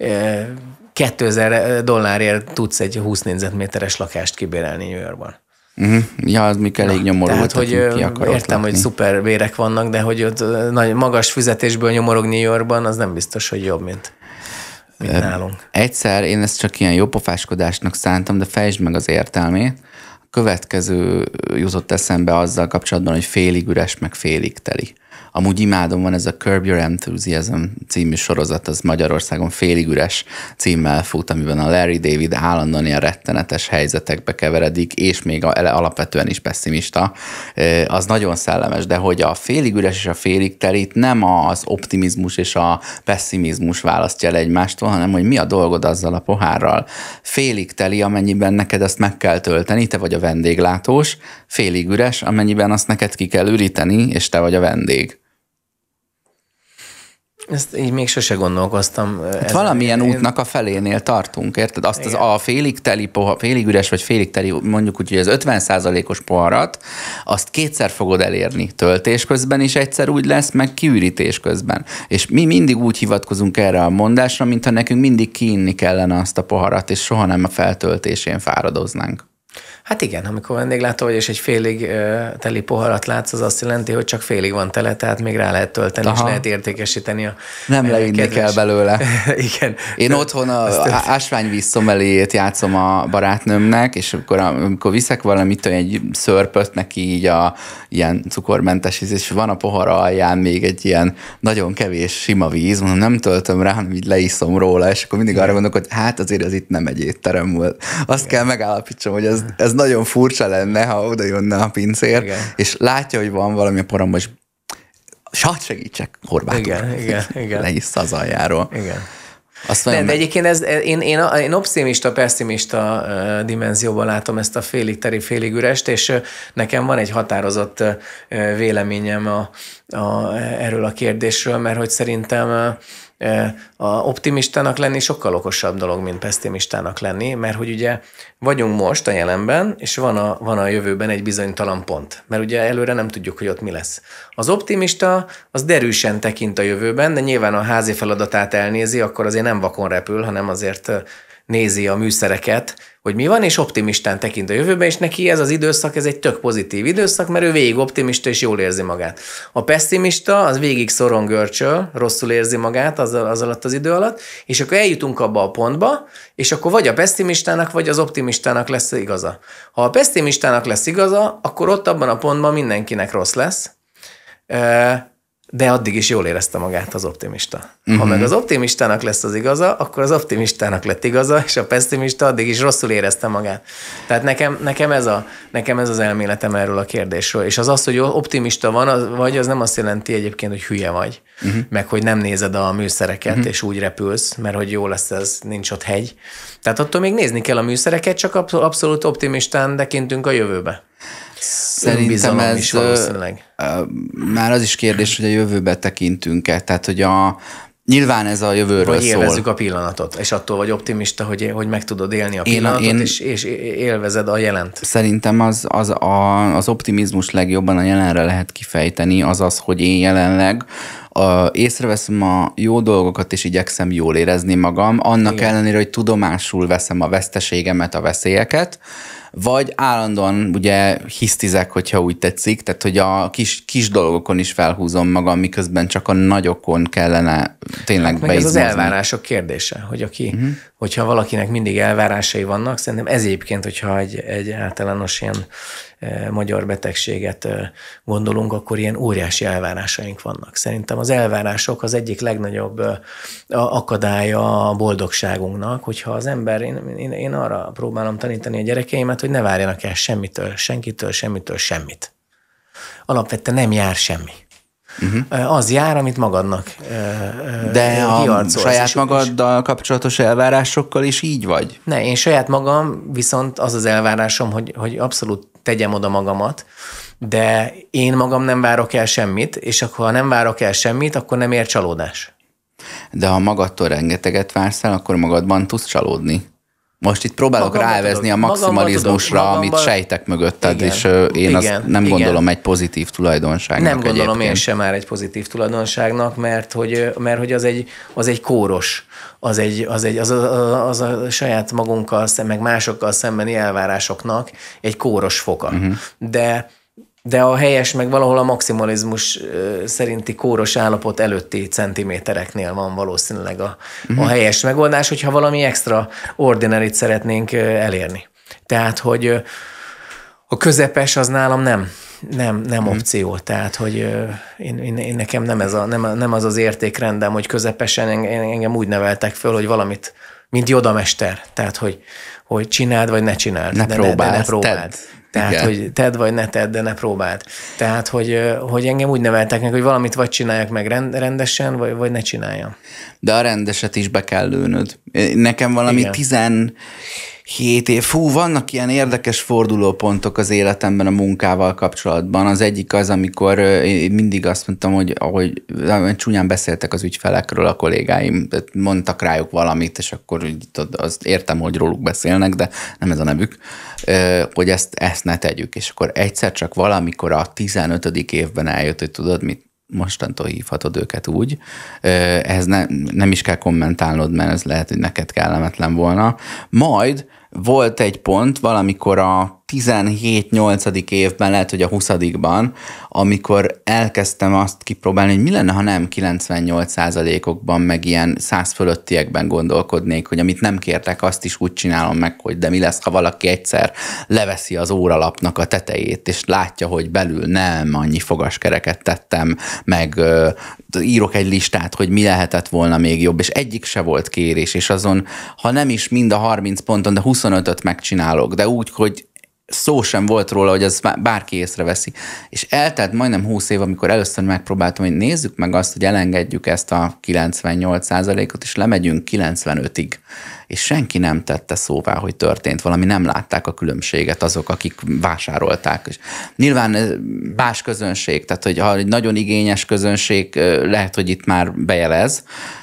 $2000 tudsz egy 20 négyzetméteres lakást kibérelni New Yorkban. Ja, az még elég nyomorult. Tehát, hogy értem, hogy szuper bérek vannak, de hogy ott nagy, magas fizetésből nyomorogni New Yorkban, az nem biztos, hogy jobb, mint nálunk. Egyszer én ezt csak ilyen jópofáskodásnak szántam, de fejtsd meg az értelmét. A következő jutott eszembe azzal kapcsolatban, hogy félig üres, meg félig teli. Amúgy imádom, van ez a Curb Your Enthusiasm című sorozat, az Magyarországon félig üres címmel fut, amiben a Larry David állandóan ilyen rettenetes helyzetekbe keveredik, és még alapvetően is pessimista. Az nagyon szellemes, de hogy a félig üres és a félig telit nem az optimizmus és a pessimizmus választja el egymástól, hanem hogy mi a dolgod azzal a pohárral. Félig teli, amennyiben neked azt meg kell tölteni, te vagy a vendéglátós, félig üres, amennyiben azt neked ki kell üríteni, és te vagy a vendég. Ezt így még sose gondolkoztam. Hát valamilyen útnak a felénél tartunk, érted? Azt az a félig teli félig üres vagy félig teli, mondjuk úgy, hogy az 50%-os poharat, azt kétszer fogod elérni töltés közben, és egyszer úgy lesz, meg kiürítés közben. És mi mindig úgy hivatkozunk erre a mondásra, mintha nekünk mindig kiinni kellene azt a poharat, és soha nem a feltöltésén fáradoznánk. Hát igen, amikor vendéglátó vagy, és egy félig teli poharat látsz, az azt jelenti, hogy csak félig van tele, tehát még rá lehet tölteni, aha, és lehet értékesíteni a nem leinni kell belőle. Igen. Én otthon a ásványvíz szomeléjét játszom a barátnőmnek, és amikor viszek valamit, egy szörpöt neki így ilyen cukormentes íz, és van a pohara alján még egy ilyen nagyon kevés sima víz, mondom, nem töltöm rá, hanem így leiszom róla, és akkor mindig arra gondolok, hogy hát azért az itt nem egy étterem volt. Azt kell megállapítsam, hogy ez nagyon furcsa lenne, ha oda jönne a pincér, igen, és látja, hogy van valami a poromban, és segítsek, Horváth úr. Igen. Leissza az aljáról. Igen. De egyébként én optimista, pessimista dimenzióban látom ezt a félig teri, félig ürest, és nekem van egy határozott véleményem erről a kérdésről, mert hogy szerintem A optimistának lenni sokkal okosabb dolog, mint pessimistának lenni, mert hogy ugye vagyunk most a jelenben, és van a jövőben egy bizonytalan pont, mert ugye előre nem tudjuk, hogy ott mi lesz. Az optimista az derűsen tekint a jövőben, de nyilván a házi feladatát elnézi, akkor azért nem vakon repül, hanem azért nézi a műszereket, hogy mi van, és optimistán tekint a jövőbe, és neki ez az időszak, ez egy tök pozitív időszak, mert ő végig optimista, és jól érzi magát. A pessimista, az végig szorongörcsöl, rosszul érzi magát az alatt az idő alatt, és akkor eljutunk abba a pontba, és akkor vagy a pessimistának, vagy az optimistának lesz igaza. Ha a pessimistának lesz igaza, akkor ott abban a pontban mindenkinek rossz lesz, de addig is jól érezte magát az optimista. Ha meg az optimistának lesz az igaza, akkor az optimistának lett igaza, és a pessimista addig is rosszul érezte magát. Tehát nekem ez az elméletem erről a kérdésről. És az, hogy optimista vagy, az nem azt jelenti egyébként, hogy hülye vagy, meg hogy nem nézed a műszereket, és úgy repülsz, mert hogy jó lesz ez, nincs ott hegy. Tehát attól még nézni kell a műszereket, csak abszolút optimistán tekintünk a jövőbe. Szerintem ez is már az is kérdés, hogy a jövőbe tekintünk-e. Tehát, hogy nyilván ez a jövőről szól. Vagy élvezzük a pillanatot, és attól vagy optimista, hogy meg tudod élni a pillanatot, és élvezed a jelent. Szerintem az optimizmus legjobban a jelenre lehet kifejteni, az, hogy én jelenleg észreveszem a jó dolgokat, és igyekszem jól érezni magam, annak ellenére, hogy tudomásul veszem a veszteségemet, a veszélyeket, vagy állandóan ugye hisztizek, hogyha úgy tetszik, tehát hogy a kis dolgokon is felhúzom magam, miközben csak a nagyokon kellene tényleg beizmozni. Ez az elvárások kérdése, hogy hogyha valakinek mindig elvárásai vannak, szerintem ez egyébként, hogyha egy általános ilyen magyar betegséget gondolunk, akkor ilyen óriási elvárásaink vannak. Szerintem az elvárások az egyik legnagyobb akadálya a boldogságunknak, hogyha az ember, én arra próbálom tanítani a gyerekeimet, hogy ne várjanak el semmitől, senkitől, semmit. Alapvetően nem jár semmi. Az jár, amit magadnak de a saját magaddal kapcsolatos elvárásokkal is így vagy? Ne, én saját magam, viszont az elvárásom, hogy abszolút tegyem oda magamat, de én magam nem várok el semmit, és akkor ha nem várok el semmit, akkor nem ér csalódás. De ha magadtól rengeteget vársz el, akkor magadban tudsz csalódni. Most itt próbálok rávezni a maximalizmusra, amit sejtek mögötted, igen, és én azt nem gondolom egy pozitív tulajdonságnak. Nem gondolom én sem már egy pozitív tulajdonságnak, mert hogy az egy kóros, az a saját magunkkal, meg másokkal szembeni elvárásoknak egy kóros foka. De a helyes, meg valahol a maximalizmus szerinti kóros állapot előtti centimétereknél van valószínűleg a helyes megoldás, hogyha valami extra ordinárit szeretnénk elérni. Tehát, hogy a közepes az nálam nem opció. Tehát, hogy én nekem nem az értékrendem, hogy közepesen engem úgy neveltek föl, hogy valamit, mint Jodamester. Tehát, hogy csináld, vagy ne csináld. Ne próbáld. Tehát, igen. Hogy tedd vagy ne tedd, de ne próbáld. Tehát, hogy engem úgy neveltek meg, hogy valamit vagy csináljak meg rendesen, vagy ne csináljam. De a rendeset is be kell lőnöd. Nekem valami 17 év. Vannak ilyen érdekes fordulópontok az életemben a munkával kapcsolatban. Az egyik az, amikor én mindig azt mondtam, hogy ahogy csúnyán beszéltek az ügyfelekről a kollégáim, mondtak rájuk valamit, és akkor azt értem, hogy róluk beszélnek, de nem ez a nevük, hogy ezt ne tegyük. És akkor egyszer csak valamikor a 15. évben eljött, hogy tudod mit, mostantól hívhatod őket úgy. Ehhez nem is kell kommentálnod, mert ez lehet, hogy neked kellemetlen volna. Majd volt egy pont valamikor a 17-8. évben, lehet, hogy a 20-ban, amikor elkezdtem azt kipróbálni, hogy mi lenne, ha nem 98%-okban, meg ilyen 100 fölöttiekben gondolkodnék, hogy amit nem kértek, azt is úgy csinálom meg, hogy de mi lesz, ha valaki egyszer leveszi az óralapnak a tetejét, és látja, hogy belül nem annyi fogaskereket tettem, meg írok egy listát, hogy mi lehetett volna még jobb, és egyik se volt kérés, és azon, ha nem is mind a 30 ponton, de 25-öt megcsinálok, de úgy, hogy szó sem volt róla, hogy ez bárki észreveszi. És eltelt majdnem 20 év, amikor először megpróbáltam, hogy nézzük meg azt, hogy elengedjük ezt a 98%-ot, és lemegyünk 95-ig. És senki nem tette szóvá, hogy történt valami, nem látták a különbséget azok, akik vásárolták. És nyilván más közönség, tehát hogy ha egy nagyon igényes közönség, lehet, hogy itt már bejelez,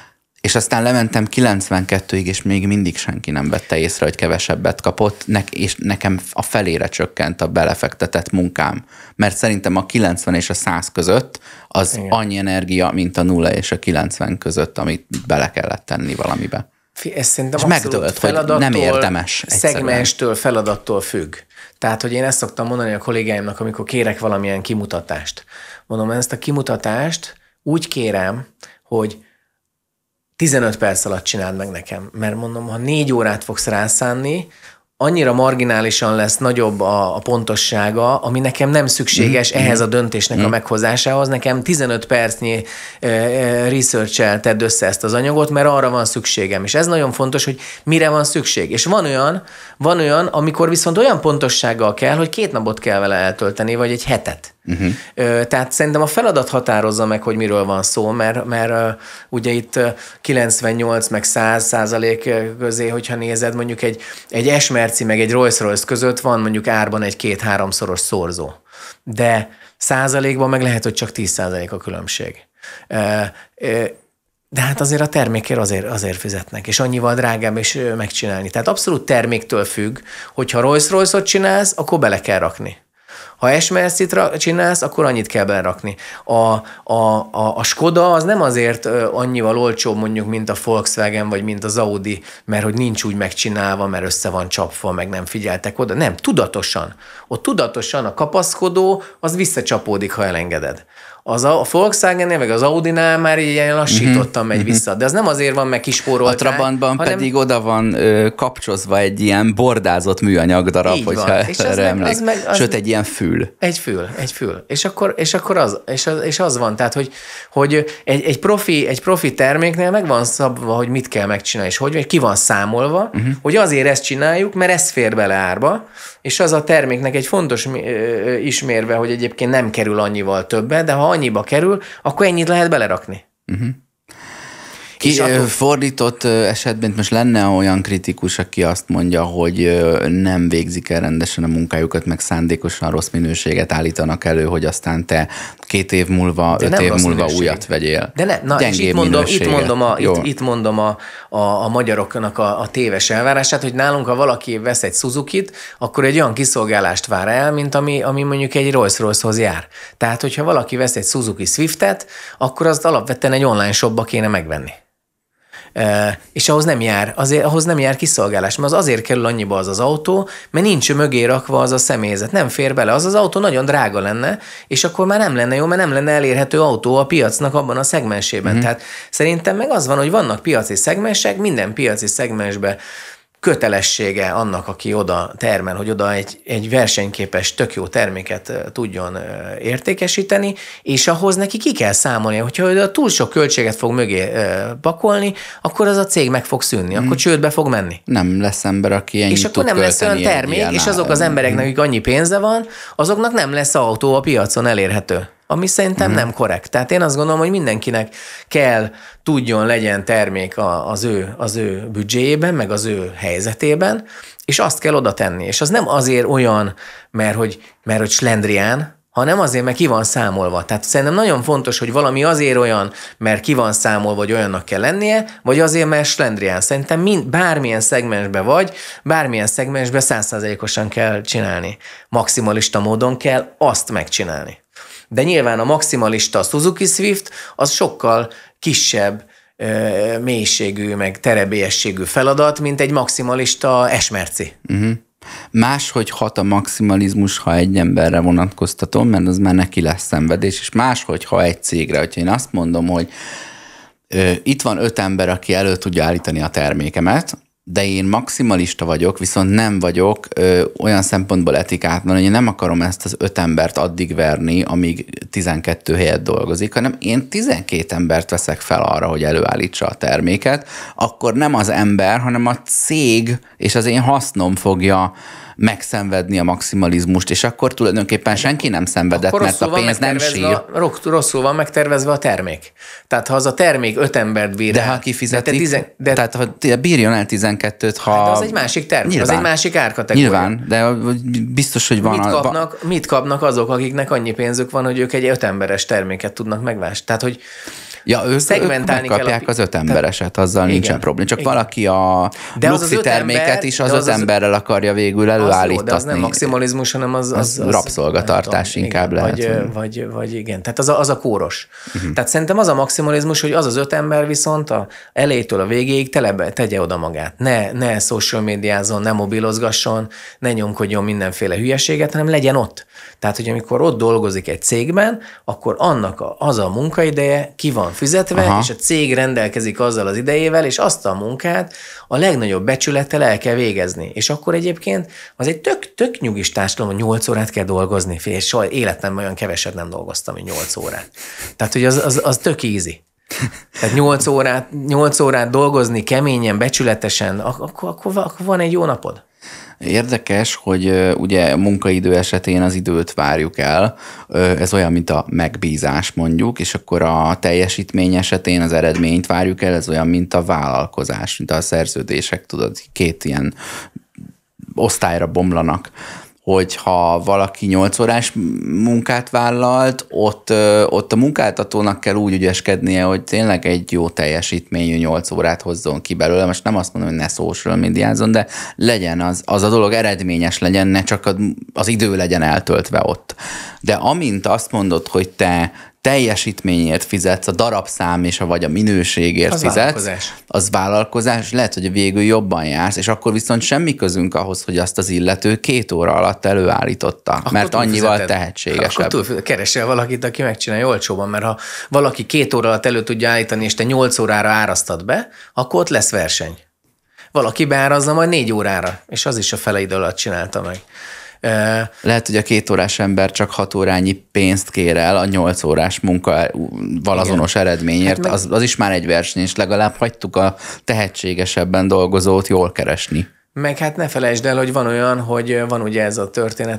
És aztán lementem 92-ig, és még mindig senki nem vette észre, hogy kevesebbet kapott, és nekem a felére csökkent a belefektetett munkám. Mert szerintem a 90 és a 100 között az annyi energia, mint a 0 és a 90 között, amit bele kellett tenni valamibe. Ez szerintem és megdőlt, hogy nem érdemes. Szegmenstől, feladattól függ. Tehát, hogy én ezt szoktam mondani a kollégáimnak, amikor kérek valamilyen kimutatást. Mondom, ezt a kimutatást úgy kérem, hogy 15 perc alatt csináld meg nekem. Mert mondom, ha 4 órát fogsz rászánni, annyira marginálisan lesz nagyobb a pontossága, ami nekem nem szükséges ehhez a döntésnek a meghozásához. Nekem 15 percnyi research-el tedd össze ezt az anyagot, mert arra van szükségem. És ez nagyon fontos, hogy mire van szükség. És van olyan, amikor viszont olyan pontossággal kell, hogy 2 napot kell vele eltölteni, vagy egy hetet. Tehát szerintem a feladat határozza meg, hogy miről van szó, mert ugye itt 98 meg 100% közé, hogyha nézed, mondjuk egy Esmerci meg egy Rolls-Royce között van mondjuk árban egy 2-3-szoros szorzó. De százalékban meg lehet, hogy csak 10% a különbség. De hát azért a termékért azért fizetnek, és annyival drágább is megcsinálni. Tehát abszolút terméktől függ, hogyha Rolls-Royce-ot csinálsz, akkor bele kell rakni. Ha Esmercit csinálsz, akkor annyit kell belerakni. A Skoda az nem azért annyival olcsóbb mondjuk, mint a Volkswagen, vagy mint az Audi, mert hogy nincs úgy megcsinálva, mert össze van csapva, meg nem figyeltek oda. Nem, tudatosan. Ott tudatosan a kapaszkodó, az visszacsapódik, ha elengeded. A Volkswagen-nél, meg az Audinál már ilyen lassítottan megy vissza. De az nem azért van, meg kispórolták. A Trabantban pedig oda van kapcsolva egy ilyen bordázott műanyag darab, hogyha erre emlékszel. Sőt, egy ilyen fül. Egy fül. És akkor az van. Tehát, hogy egy profi terméknél meg van szabva, hogy mit kell megcsinálni, és hogy ki van számolva, hogy azért ezt csináljuk, mert ez fér bele árba, és az a terméknek egy fontos ismérve, hogy egyébként nem kerül annyival többet, de ha annyiba kerül, akkor ennyit lehet belerakni. Fordított esetben most lenne olyan kritikus, aki azt mondja, hogy nem végzik el rendesen a munkájukat, meg szándékosan rossz minőséget állítanak elő, hogy aztán te 2 év múlva, 5 év múlva újat vegyél. De ne, na, és itt mondom a magyaroknak a téves elvárását, hogy nálunk, ha valaki vesz egy Suzukit, akkor egy olyan kiszolgálást vár el, mint ami mondjuk egy Rolls-Royce-hoz jár. Tehát, hogyha valaki vesz egy Suzuki Swiftet, akkor azt alapvetően egy online shopba kéne megvenni. És ahhoz nem jár kiszolgálás, mert az azért kerül annyiba az autó, mert nincs mögé rakva az a személyzet, nem fér bele. Az autó nagyon drága lenne, és akkor már nem lenne jó, mert nem lenne elérhető autó a piacnak abban a szegmensében. Tehát szerintem meg az van, hogy vannak piaci szegmensek, minden piaci szegmensben kötelessége annak, aki oda termel, hogy oda egy versenyképes, tök jó terméket tudjon értékesíteni, és ahhoz neki ki kell számolni, hogyha ő túl sok költséget fog mögé pakolni, akkor az a cég meg fog szűnni, akkor csődbe fog menni. Nem lesz ember, aki ennyit és akkor tud nem lesz olyan termék, és azok az embereknek, akik annyi pénze van, azoknak nem lesz autó a piacon elérhető. Ami szerintem nem korrekt. Tehát én azt gondolom, hogy mindenkinek legyen termék az ő büdzséjében, meg az ő helyzetében, és azt kell oda tenni. És az nem azért olyan, mert hogy slendrián, hanem azért, mert ki van számolva. Tehát szerintem nagyon fontos, hogy valami azért olyan, mert ki van számolva, hogy olyannak kell lennie, vagy azért, mert slendrián. Szerintem bármilyen szegmensben bármilyen szegmensben 100%-osan kell csinálni. Maximalista módon kell azt megcsinálni. De nyilván a maximalista Suzuki Swift az sokkal kisebb mélységű, meg terebélyességű feladat, mint egy maximalista Esmerci. Máshogy hat a maximalizmus, ha egy emberre vonatkoztatom, mert az már neki lesz szenvedés, és máshogy, ha egy cégre, hogyha én azt mondom, hogy itt van 5 ember, aki elő tudja állítani a termékemet, de én maximalista vagyok, viszont nem vagyok olyan szempontból etikátlan, hogy én nem akarom ezt az 5 embert addig verni, amíg 12 helyet dolgozik, hanem én 12 embert veszek fel arra, hogy előállítsa a terméket, akkor nem az ember, hanem a cég és az én hasznom fogja megszenvedni a maximalizmust, és akkor tulajdonképpen senki nem szenvedett, akkor mert a pénz nem sír. Rosszul van megtervezve a termék. Tehát ha az a termék 5 embert bír. De ha kifizetik, tehát ha bírjon el 12-t, ha... Hát az egy másik termék, az egy másik árkategória. Nyilván, de biztos, hogy van... Mit kapnak azok, akiknek annyi pénzük van, hogy ők egy 5 emberes terméket tudnak megvásárolni? Tehát, hogy Ja, ők megkapják az 5 embereset, azzal nincsen probléma. Csak valaki a luxi terméket is az 5 emberrel akarja végül előállítatni. De az nem maximalizmus, hanem az rabszolgatartás inkább lehet. Vagy igen, tehát az a kóros. Tehát szerintem az a maximalizmus, hogy az 5 ember viszont a elejétől a végéig tegye oda magát. Ne social médiázzon, ne mobilozgasson, ne nyomkodjon mindenféle hülyeséget, hanem legyen ott. Tehát, hogy amikor ott dolgozik egy cégben, akkor annak az a munkaideje ki van fizetve, és a cég rendelkezik azzal az idejével, és azt a munkát a legnagyobb becsülettel el kell végezni. És akkor egyébként az egy tök nyugis társadalom, hogy 8 órát kell dolgozni, és soha életemben olyan keveset nem dolgoztam, hogy 8 órát. Tehát, hogy az tök easy. Tehát 8 órát dolgozni keményen, becsületesen, akkor van egy jó napod. Érdekes, hogy ugye a munkaidő esetén az időt várjuk el, ez olyan, mint a megbízás mondjuk, és akkor a teljesítmény esetén az eredményt várjuk el, ez olyan, mint a vállalkozás, mint a szerződések, tudod, 2 ilyen osztályra bomlanak. Hogyha valaki 8 órás munkát vállalt, ott a munkáltatónak kell úgy ügyeskednie, hogy tényleg egy jó teljesítményű 8 órát hozzon ki belőle. Most nem azt mondom, hogy ne social médiázzon, de legyen az a dolog eredményes legyen, ne csak az idő legyen eltöltve ott. De amint azt mondod, hogy te teljesítményért fizetsz, a darabszám és vagy a minőségért az fizetsz, vállalkozás. Az vállalkozás, lehet, hogy végül jobban jársz, és akkor viszont semmi közünk ahhoz, hogy azt az illető 2 óra alatt előállította, akkor mert annyival tehetségesebb. Akkor keresel valakit, aki megcsinálja olcsóban, mert ha valaki 2 óra alatt elő tudja állítani, és te 8 órára árasztad be, akkor ott lesz verseny. Valaki beárazza majd 4 órára, és az is a fele idő alatt csinálta meg. Lehet, hogy a 2 órás ember csak 6 órányi pénzt kér el a 8 órás munkával azonos eredményért. Hát az is már egy verseny, és legalább hagytuk a tehetségesebben dolgozót jól keresni. Meg hát ne felejtsd el, hogy van olyan, hogy van ugye ez a történet,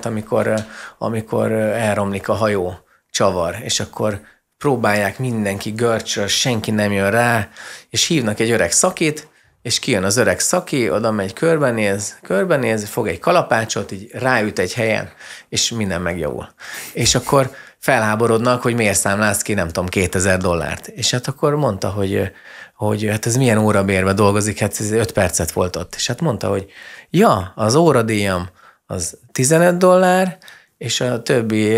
amikor elromlik a hajó, csavar, és akkor próbálják mindenki görcsös, senki nem jön rá, és hívnak egy öreg szakit, és kijön az öreg szaki, oda megy, körbenéz, fog egy kalapácsot, így ráüt egy helyen, és minden megjavul. És akkor felháborodnak, hogy miért számlálsz ki, nem tudom, $2000. És hát akkor mondta, hogy hát ez milyen órabérbe dolgozik, hát ez 5 percet volt ott. És hát mondta, hogy ja, az óradíjam az $15, és a többi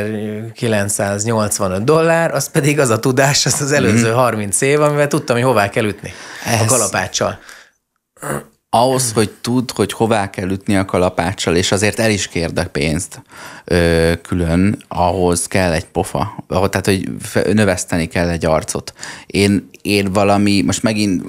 $1985, az pedig az a tudás, az előző 30 év, amivel tudtam, hogy hová kell ütni a kalapáccsal. Ahhoz, hogy tudd, hogy hová kell ütni a kalapáccsal, és azért el is kérdek pénzt külön, ahhoz kell egy pofa. Tehát, hogy növeszteni kell egy arcot. Én valami, most megint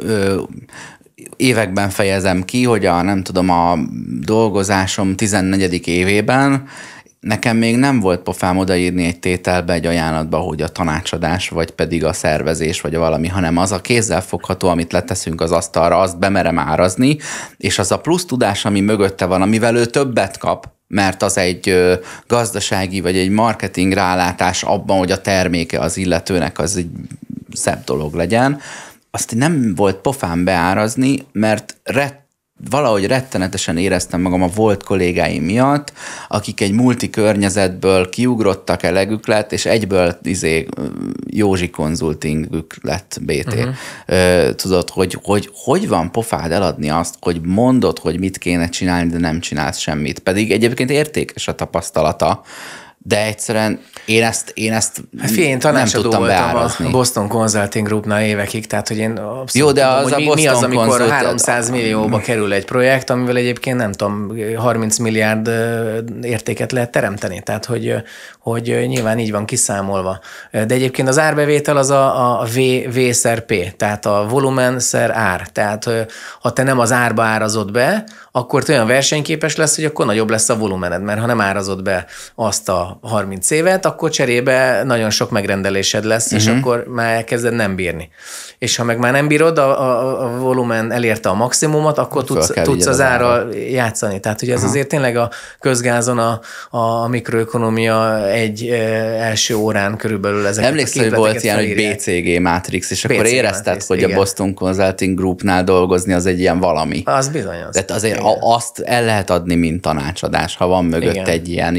években fejezem ki, hogy a dolgozásom 14. évében nekem még nem volt pofám odaírni egy tételbe, egy ajánlatba, hogy a tanácsadás, vagy pedig a szervezés, vagy a valami, hanem az a kézzelfogható, amit leteszünk az asztalra, azt bemerem árazni, és az a plusz tudás, ami mögötte van, amivel ő többet kap, mert az egy gazdasági, vagy egy marketing rálátás abban, hogy a terméke az illetőnek az egy szebb dolog legyen, azt nem volt pofám beárazni, mert valahogy rettenetesen éreztem magam a volt kollégáim miatt, akik egy multi környezetből kiugrottak, elegük lett, és egyből Józsi konzultingük lett BT. Tudod, hogy van pofád eladni azt, hogy mondod, hogy mit kéne csinálni, de nem csinálsz semmit. Pedig egyébként értékes a tapasztalata, de egyszerűen én ezt nem tudtam beárazni. A Boston Consulting Groupnál évekig, tehát hogy én jó, de az tudom, mi az, amikor 300 millióba kerül egy projekt, amivel egyébként nem tudom, 30 milliárd értéket lehet teremteni. Tehát, hogy nyilván így van kiszámolva. De egyébként az árbevétel az a V/P, tehát a volumen/ár. ár. Tehát ha te nem az árba árazod be, akkor te olyan versenyképes lesz, hogy akkor nagyobb lesz a volumened, mert ha nem árazod be azt a 30 évet, akkor cserébe nagyon sok megrendelésed lesz, és akkor már elkezded nem bírni. És ha meg már nem bírod, a volumen elérte a maximumot, akkor tudsz az árral játszani. Tehát ugye ez azért tényleg a közgázon a mikroökonomia egy első órán körülbelül ezeket emlékszel, hogy volt ilyen, hogy BCG Matrix, és akkor érezted, hogy a Boston Consulting Groupnál dolgozni az egy ilyen valami. Az bizony az. Tehát azért azt el lehet adni, mint tanácsadás, ha van mögött egy ilyen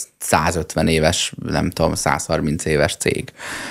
150 éves, nem tudom, 130 éves cég.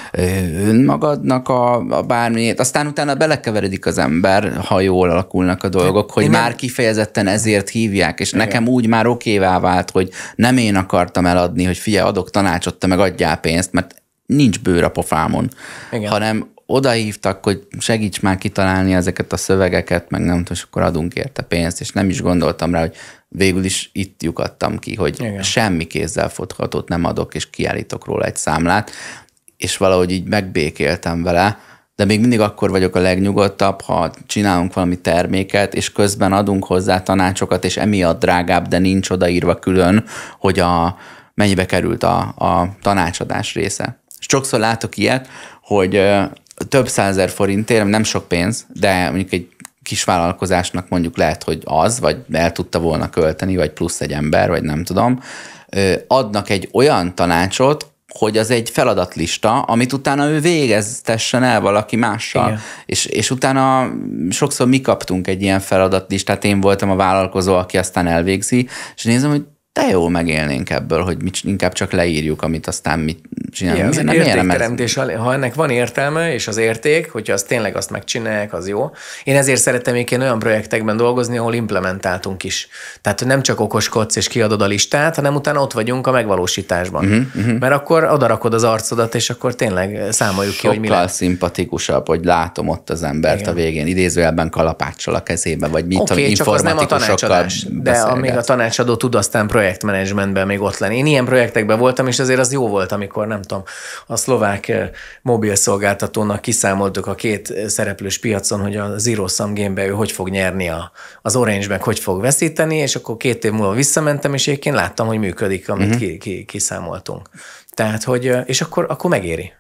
Önmagadnak a bármiért. Aztán utána belekeveredik az ember, ha jól alakulnak a dolgok, hogy már kifejezetten ezért hívják, és nekem úgy már okévá vált, hogy nem én akartam eladni, hogy figyelj, adok tanácsot, te meg adjál pénzt, mert nincs bőr a pofámon, hanem odahívtak, hogy segíts már kitalálni ezeket a szövegeket, meg nem tudom, és akkor adunk érte pénzt, és nem is gondoltam rá, hogy végül is itt lyukadtam ki, hogy semmi kézzel foghatót nem adok, és kiállítok róla egy számlát, és valahogy így megbékéltem vele, de még mindig akkor vagyok a legnyugodtabb, ha csinálunk valami terméket, és közben adunk hozzá tanácsokat, és emiatt drágább, de nincs odaírva külön, hogy mennyibe került a tanácsadás része. És sokszor látok ilyet, hogy több százezer forintért, nem sok pénz, de mondjuk egy kis vállalkozásnak mondjuk lehet, hogy az, vagy el tudta volna költeni, vagy plusz egy ember, vagy nem tudom, adnak egy olyan tanácsot, hogy az egy feladatlista, amit utána ő végeztessen el valaki mással. És utána sokszor mi kaptunk egy ilyen feladatlistát, én voltam a vállalkozó, aki aztán elvégzi, és nézem, hogy de jól megélnénk ebből, hogy inkább csak leírjuk, amit aztán mit csinálunk. Igen, az értékteremtés, ha ennek van értelme, és az érték, hogyha az tényleg azt megcsinálják, az jó. Én ezért szeretem én olyan projektekben dolgozni, ahol implementáltunk is. Tehát nem csak okoskodsz és kiadod a listát, hanem utána ott vagyunk a megvalósításban. Mert akkor odarakod az arcodat, és akkor tényleg számoljuk ki, hogy mi sokkal szimpatikusabb, hogy látom ott az embert a végén, idézőjelben kalapáccsal a kezébe, vagy mit tudom, informatikusokkal de amíg a tanácsadó tud aztán projektmenedzsmentben még ott lenni. Én ilyen projektekben voltam, és azért az jó volt, amikor nem tudom, a szlovák mobilszolgáltatónak kiszámoltuk a két szereplős piacon, hogy a Zero Sum Game-ben ő hogy fog nyerni, az Orange meg hogy fog veszíteni, és akkor 2 év múlva visszamentem, és én láttam, hogy működik, amit kiszámoltunk. Tehát, hogy, és akkor megéri.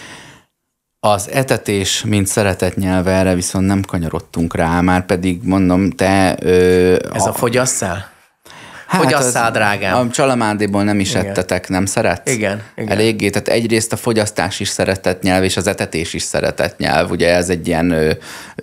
Az etetés, mint szeretett nyelve, erre viszont nem kanyarodtunk rá, már pedig mondom, te... Ez a fogyasszál? Fogyasszál, drágám. A Csalamádéból nem is ettetek, nem szeretsz? Igen. Eléggé, tehát egyrészt a fogyasztás is szeretett nyelv, és az etetés is szeretett nyelv. Ugye ez egy ilyen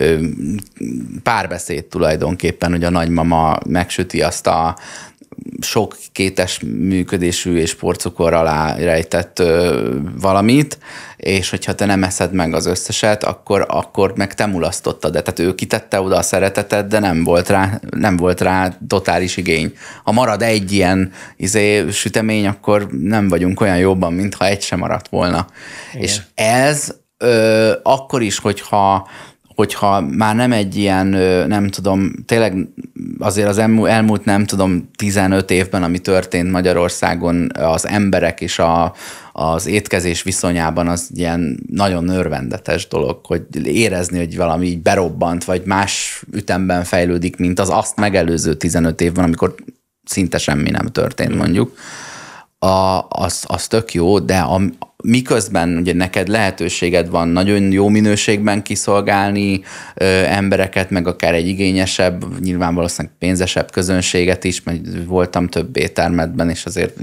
párbeszéd tulajdonképpen, hogy a nagymama megsüti azt a sok kétes működésű és porcukor alá rejtett valamit, és hogyha te nem eszed meg az összeset, akkor meg te mulasztottad. Tehát ő kitette oda a szeretetet, de nem volt rá totális igény. Ha marad egy ilyen sütemény, akkor nem vagyunk olyan jobban, mintha egy sem maradt volna. Igen. És ez akkor is, hogyha már nem egy ilyen, nem tudom, tényleg azért az elmúlt nem tudom 15 évben, ami történt Magyarországon az emberek és az étkezés viszonyában, az ilyen nagyon örvendetes dolog, hogy érezni, hogy valami így berobbant, vagy más ütemben fejlődik, mint az azt megelőző 15 évben, amikor szinte semmi nem történt mondjuk. Az tök jó, de miközben ugye neked lehetőséged van nagyon jó minőségben kiszolgálni embereket, meg akár egy igényesebb, nyilván valószínűleg pénzesebb közönséget is, mert voltam több éttermedben, és azért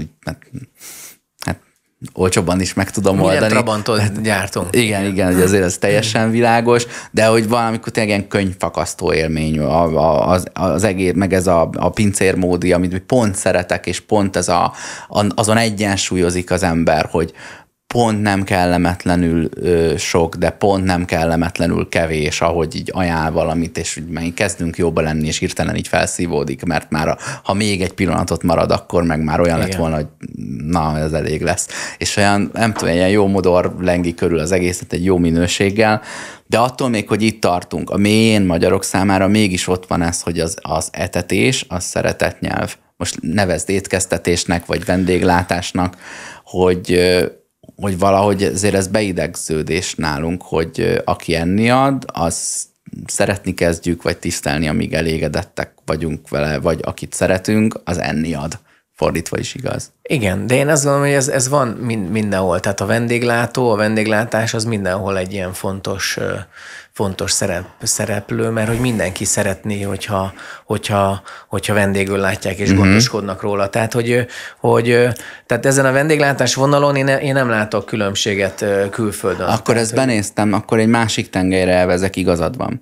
olcsóbban is meg tudom oldani. Minden Trabantot gyártunk. Igen, hogy azért ez teljesen világos, de hogy valamikor tényleg ilyen könyvfakasztó élmény az egész, meg ez a pincérmódi, amit pont szeretek, és pont ez azon egyensúlyozik az ember, hogy pont nem kellemetlenül sok, de pont nem kellemetlenül kevés, ahogy így ajánl valamit, és úgy kezdünk jóba lenni, és hirtelen így felszívódik, mert már ha még egy pillanatot marad, akkor meg már olyan lett volna, hogy na, ez elég lesz. És olyan, nem tudom, ilyen jó modor lengi körül az egészet egy jó minőséggel, de attól még, hogy itt tartunk, a mélyén magyarok számára mégis ott van ez, hogy az etetés, az szeretett nyelv. Most nevezd étkeztetésnek, vagy vendéglátásnak, hogy valahogy azért ez beidegződés nálunk, hogy aki enni ad, az szeretni kezdjük, vagy tisztelni, amíg elégedettek vagyunk vele, vagy akit szeretünk, az enni ad. Fordítva is igaz. Igen, de én azt gondolom, hogy ez van mindenhol. Tehát a vendéglátás az mindenhol egy ilyen fontos szereplő, mert hogy mindenki szeretné, hogyha vendégül látják és gondoskodnak róla. Tehát, tehát ezen a vendéglátás vonalon én nem látok különbséget külföldön. Akkor ezt benéztem, akkor egy másik tengelyre elvezek, igazad van.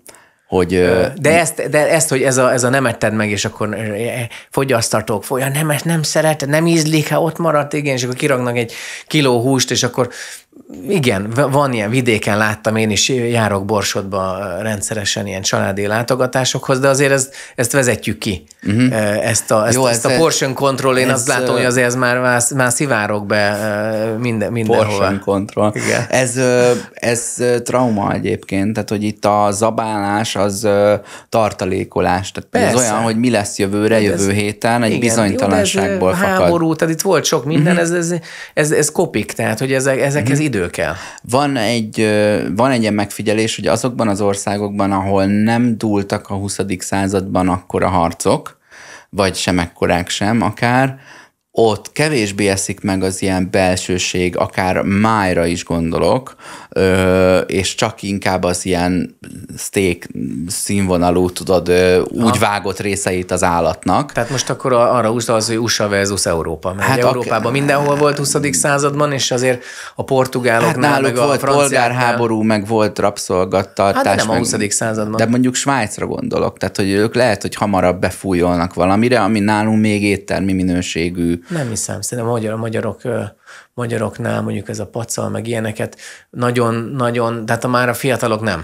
De ezt, hogy ez a nem etted meg, és akkor fogyasztatok, nem szereted, nem ízlik, ha ott maradt, igen, és akkor kiragnak egy kiló húst, és akkor igen, van ilyen, vidéken láttam, én is járok Borsodba rendszeresen ilyen családi látogatásokhoz, de azért ezt vezetjük ki. Ezt a portion control, én azt látom, hogy azért ez már szivárok be mindenhol. Portion control. Igen. Ez trauma egyébként, tehát hogy itt a zabálás az tartalékolás. Tehát ez olyan, hogy mi lesz jövő héten, egy bizonytalanságból fakad. Háború, tehát itt volt sok minden, ez kopik, tehát hogy ezekhez idő kell. Van egy ilyen megfigyelés, hogy azokban az országokban, ahol nem dúltak a 20. században akkora harcok, vagy sem ekkorák sem akár, ott kevésbé eszik meg az ilyen belsőség, akár májra is gondolok, és csak inkább az ilyen steak színvonalú, tudod, úgy vágott részeit az állatnak. Tehát most akkor arra utalsz, hogy USA versus Európa. Mert Európában mindenhol volt 20. században, és azért a portugáloknál, meg a volt polgárháború, meg volt rabszolgattartás. Hát nem a 20. században. De mondjuk Svájcra gondolok, tehát hogy ők lehet, hogy hamarabb befújolnak valamire, ami nálunk még éttermi minőségű. Nem hiszem, szerintem a magyaroknál mondjuk ez a pacal, meg ilyeneket nagyon, tehát már a fiatalok nem.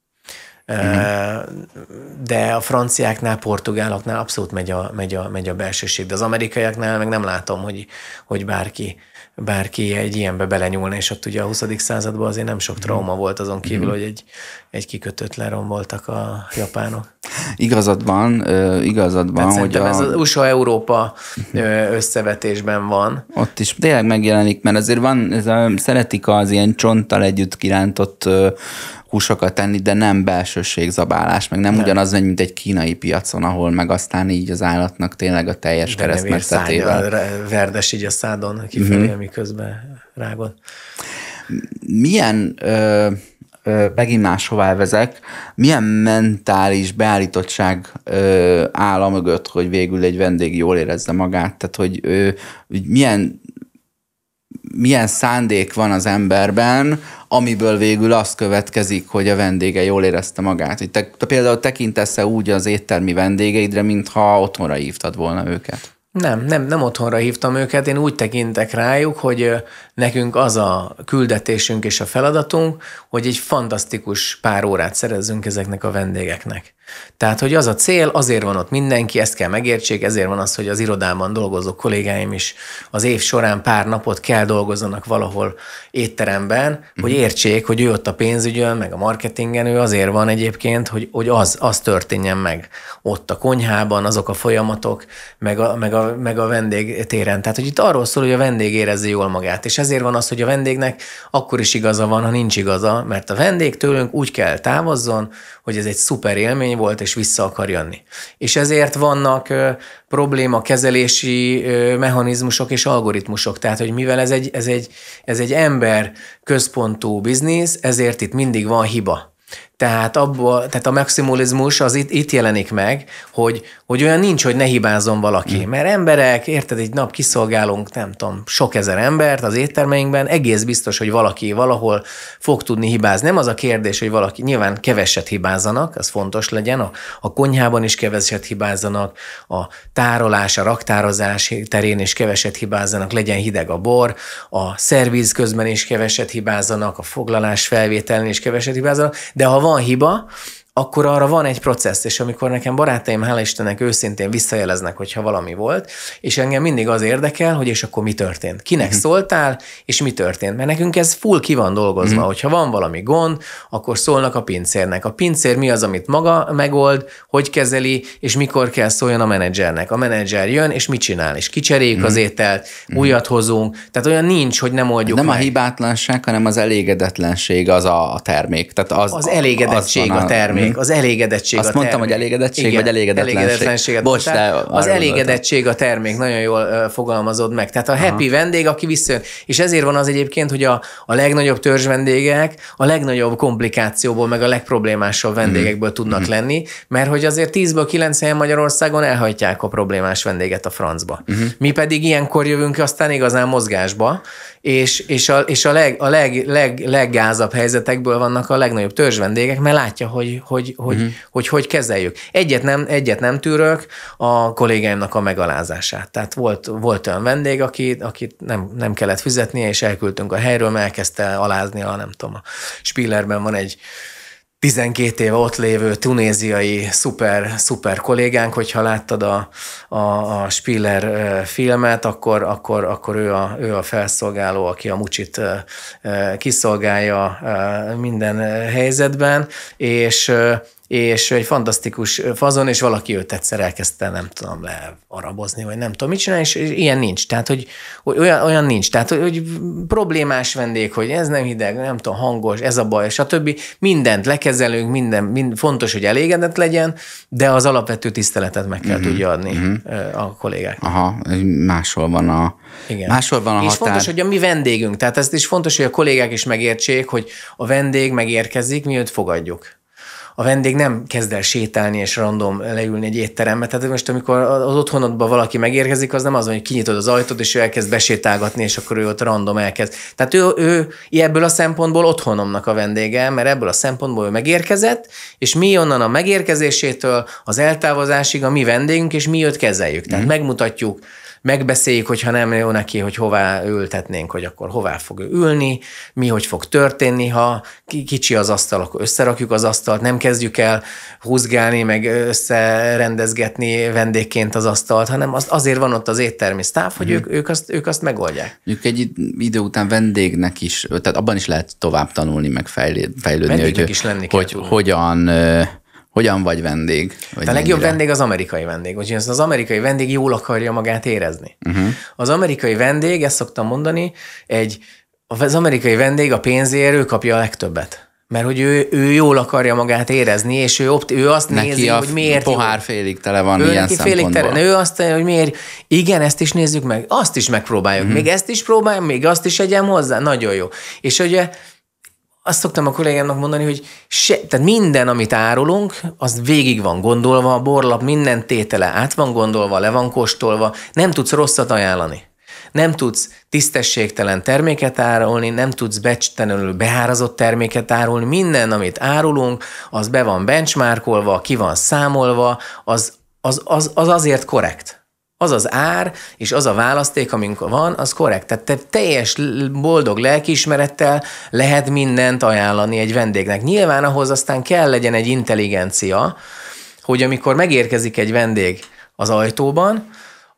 De a franciáknál, portugáloknál abszolút megy a belsőség, de az amerikaiaknál meg nem látom, hogy bárki egy ilyenbe belenyúlna, és ott ugye a 20. században azért nem sok trauma volt azon kívül, hogy egy kikötőt leromboltak a japánok. Igazad van, hogy ez az USA-Európa összevetésben van. Ott is tényleg megjelenik, mert azért van, szeretik az ilyen csonttal együtt kirántott húsokat tenni, de nem belsőségzabálás, meg nem ugyanaz, mint egy kínai piacon, ahol meg aztán így az állatnak tényleg a teljes keresztmetszetével. Verdes így a szádon kifelé, miközben rágod. Milyen, megint máshová vezek, milyen mentális beállítottság áll a mögött, hogy végül egy vendég jól érezze magát? Tehát, hogy milyen szándék van az emberben, amiből végül az következik, hogy a vendége jól érezte magát. Hogy te például tekintesz-e úgy az éttermi vendégeidre, mintha otthonra hívtad volna őket? Nem otthonra hívtam őket, én úgy tekintek rájuk, hogy nekünk az a küldetésünk és a feladatunk, hogy egy fantasztikus pár órát szerezzünk ezeknek a vendégeknek. Tehát, hogy az a cél, azért van ott mindenki, ezt kell megértsék, ezért van az, hogy az irodában dolgozó kollégáim is az év során pár napot kell dolgozzanak valahol étteremben, hogy értsék, hogy ő ott a pénzügyön, meg a marketingen, ő azért van egyébként, hogy az történjen meg ott a konyhában, azok a folyamatok, meg a vendégtéren. Tehát, hogy itt arról szól, hogy a vendég érezze jól magát, és ezért van az, hogy a vendégnek akkor is igaza van, ha nincs igaza, mert a vendég tőlünk úgy kell távozzon, hogy ez egy szuper élmény volt, és vissza akar jönni. És ezért vannak problémakezelési mechanizmusok és algoritmusok. Tehát, hogy mivel ez egy ember központú biznisz, ezért itt mindig van hiba. Tehát a maximalizmus az itt jelenik meg, hogy olyan nincs, hogy ne hibázzon valaki. Mert emberek, érted, egy nap kiszolgálunk, nem tudom, sok ezer embert az éttermeinkben, egész biztos, hogy valaki valahol fog tudni hibázni. Nem az a kérdés, hogy valaki, nyilván keveset hibázzanak, ez fontos legyen, a konyhában is keveset hibázzanak, a tárolás, a raktározás terén is keveset hibázzanak, legyen hideg a bor, a szervíz közben is keveset hibázzanak, a foglalás felvételen is keveset hibázzanak, de ha van hiba, akkor arra van egy processz, és amikor nekem barátaim, hála Istennek, őszintén visszajeleznek, hogyha valami volt, és engem mindig az érdekel, hogy és akkor mi történt. Kinek szóltál, és mi történt. Mert nekünk ez full ki van dolgozva, hogyha van valami gond, akkor szólnak a pincérnek. A pincér mi az, amit maga megold, hogy kezeli, és mikor kell szóljon a menedzsernek. A menedzser jön, és mit csinál, és kicseréljük az ételt, újat hozunk. Tehát olyan nincs, hogy nem oldjuk nem meg. A hibátlanság, hanem az elégedetlenség az a termék. Tehát az elégedettség a termék. Az elégedettség azt a termék. mondtam, hogy elégedettség, igen, vagy elégedetlenség. Bocs, az elégedettség a termék, nagyon jól fogalmazod meg. Tehát a happy vendég, aki visszajön. És ezért van az egyébként, hogy a legnagyobb törzsvendégek a legnagyobb komplikációból, meg a legproblémásabb vendégekből tudnak lenni, mert hogy azért 10-ből 9 helyen Magyarországon elhajtják a problémás vendéget a francba. Mi pedig ilyenkor jövünk aztán igazán mozgásba, és a leggázabb helyzetekből vannak a legnagyobb törzsvendégek, mert látja, hogy kezeljük. Egyet nem tűrök, a kollégáimnak a megalázását. Tehát volt olyan vendég, akit nem kellett fizetnie, és elküldtünk a helyről, mert elkezdte alázni a Spillerben van egy 12 éve ott lévő tunéziai szuper kollégánk, hogyha láttad a Spiller filmet, akkor ő a felszolgáló, aki a Mucsit kiszolgálja minden helyzetben, és egy fantasztikus fazon, és valaki őt egyszer elkezdte, nem tudom, learabozni, vagy nem tudom mit csinálni, és ilyen nincs. Tehát, hogy olyan nincs. Tehát, hogy problémás vendég, hogy ez nem hideg, nem tudom, hangos, ez a baj, stb. Mindent lekezelünk, minden fontos, hogy elégedett legyen, de az alapvető tiszteletet meg kell tudja adni a kollégák. Aha, máshol van a határ. És fontos, hogy a mi vendégünk, tehát ez is fontos, hogy a kollégák is megértsék, hogy a vendég megérkezik, mi őt fogadjuk. A vendég nem kezd el sétálni és random leülni egy étterembe. Tehát most, amikor az otthonodban valaki megérkezik, az nem az, hogy kinyitod az ajtót, és ő elkezd besétálgatni, és akkor ő ott random elkezd. Tehát ő ebből a szempontból otthonomnak a vendége, mert ebből a szempontból ő megérkezett, és mi onnan a megérkezésétől az eltávozásig a mi vendégünk, és mi őt kezeljük. Tehát megmutatjuk, megbeszéljük, hogyha nem jó neki, hogy hová ültetnénk, hogy akkor hová fog ő ülni, mi hogy fog történni, ha kicsi az asztal, akkor összerakjuk az asztalt, nem kezdjük el húzgálni, meg összerendezgetni vendégként az asztalt, hanem azért van ott az éttermi sztáf, hogy ők azt megoldják. Mondjuk egy idő után vendégnek is, tehát abban is lehet tovább tanulni, meg fejlődni, hogy hogyan vagy vendég? Vagy a legjobb vendég az amerikai vendég. Úgyhogy az amerikai vendég jól akarja magát érezni. Az amerikai vendég, ezt szoktam mondani, az amerikai vendég a pénzért ő kapja a legtöbbet. Mert hogy ő jól akarja magát érezni, és ő azt neki nézi, hogy miért jó. Pohár félig tele van ilyen szempontból. Ő azt mondja, hogy miért. Igen, ezt is nézzük meg, azt is megpróbáljuk. Még ezt is próbáljuk, még azt is egyem hozzá. Nagyon jó. És ugye azt szoktam a kollégámnak mondani, hogy tehát minden, amit árulunk, az végig van gondolva, a borlap minden tétele át van gondolva, le van kóstolva, nem tudsz rosszat ajánlani. Nem tudsz tisztességtelen terméket árulni, nem tudsz becstelenül beárazott terméket árulni, minden, amit árulunk, az be van benchmarkolva, ki van számolva, az azért korrekt. Az az ár, és az a választék, amink van, az korrekt. Tehát te teljes boldog lelkiismerettel lehet mindent ajánlani egy vendégnek. Nyilván ahhoz aztán kell legyen egy intelligencia, hogy amikor megérkezik egy vendég az ajtóban,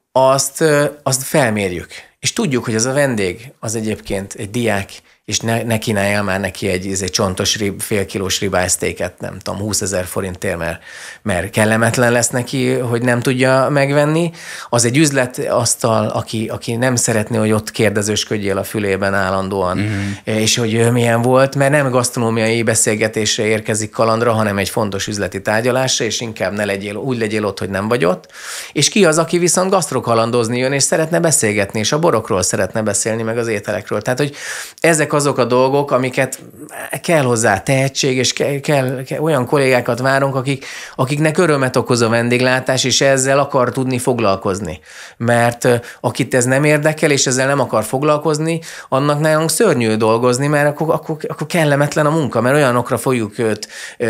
azt felmérjük. És tudjuk, hogy az a vendég az egyébként egy diák, és ne kínáljál már neki egy csontos fél kilós ribeye steaket, nem tudom, 20 000 forintért, mert kellemetlen lesz neki, hogy nem tudja megvenni. Az egy üzletasztal, aki nem szeretné, hogy ott kérdezősködjél a fülében állandóan, és hogy milyen volt, mert nem gasztronómiai beszélgetésre érkezik kalandra, hanem egy fontos üzleti tárgyalásra, és inkább úgy legyél ott, hogy nem vagy ott. És ki az, aki viszont gasztrokalandozni jön, és szeretne beszélgetni, és a borokról szeretne beszélni, meg az ételekről. Tehát, hogy ezek azok a dolgok, amiket kell hozzá tehetség, és kell olyan kollégákat várunk, akiknek örömet okoz a vendéglátás, és ezzel akar tudni foglalkozni. Mert akit ez nem érdekel, és ezzel nem akar foglalkozni, annak nálunk szörnyű dolgozni, mert akkor kellemetlen a munka, mert olyanokra fogjuk őt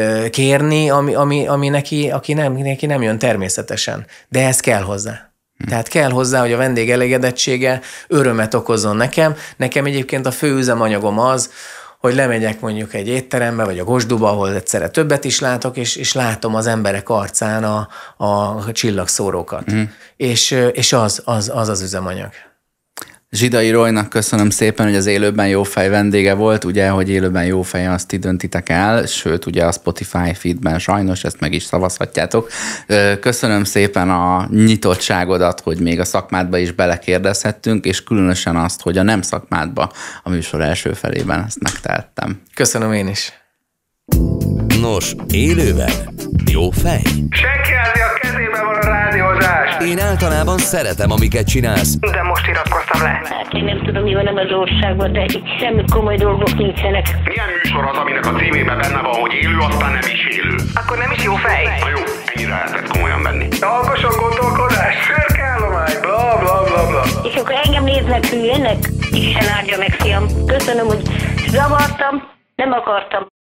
kérni, ami neki nem jön természetesen. De ez kell hozzá. Tehát kell hozzá, hogy a vendég elégedettsége örömet okozzon nekem. Nekem egyébként a fő üzemanyagom az, hogy lemegyek mondjuk egy étterembe, vagy a Gosduba, ahol egyszerre többet is látok, és látom az emberek arcán a csillagszórókat. És az üzemanyag. Zsidai Roynak köszönöm szépen, hogy az Élőben Jófej vendége volt. Ugye, hogy Élőben Jófej, azt ti döntitek el, sőt, ugye a Spotify feedben sajnos ezt meg is szavazhatjátok. Köszönöm szépen a nyitottságodat, hogy még a szakmádba is belekérdezhettünk, és különösen azt, hogy a nem szakmádba a műsor első felében ezt megtehettem. Köszönöm én is. Nos, élőben Jófej? Senki a kezében van a rádiózás. Én általában szeretem, amiket csinálsz. De most iratkoztam le. Hát én nem tudom, mi van az országban, de itt semmi komoly dolgok nincsenek. Milyen műsor az, aminek a címében benne van, hogy élő, aztán nem is élő? Akkor nem is jó fej? Na jó, ennyire lehetett komolyan venni. Alkosan gondolkodás, szürkeállomány, bla bla bla bla. És akkor engem néznek hülyének? Isten áldja meg, fiam. Köszönöm, hogy zavartam, nem akartam.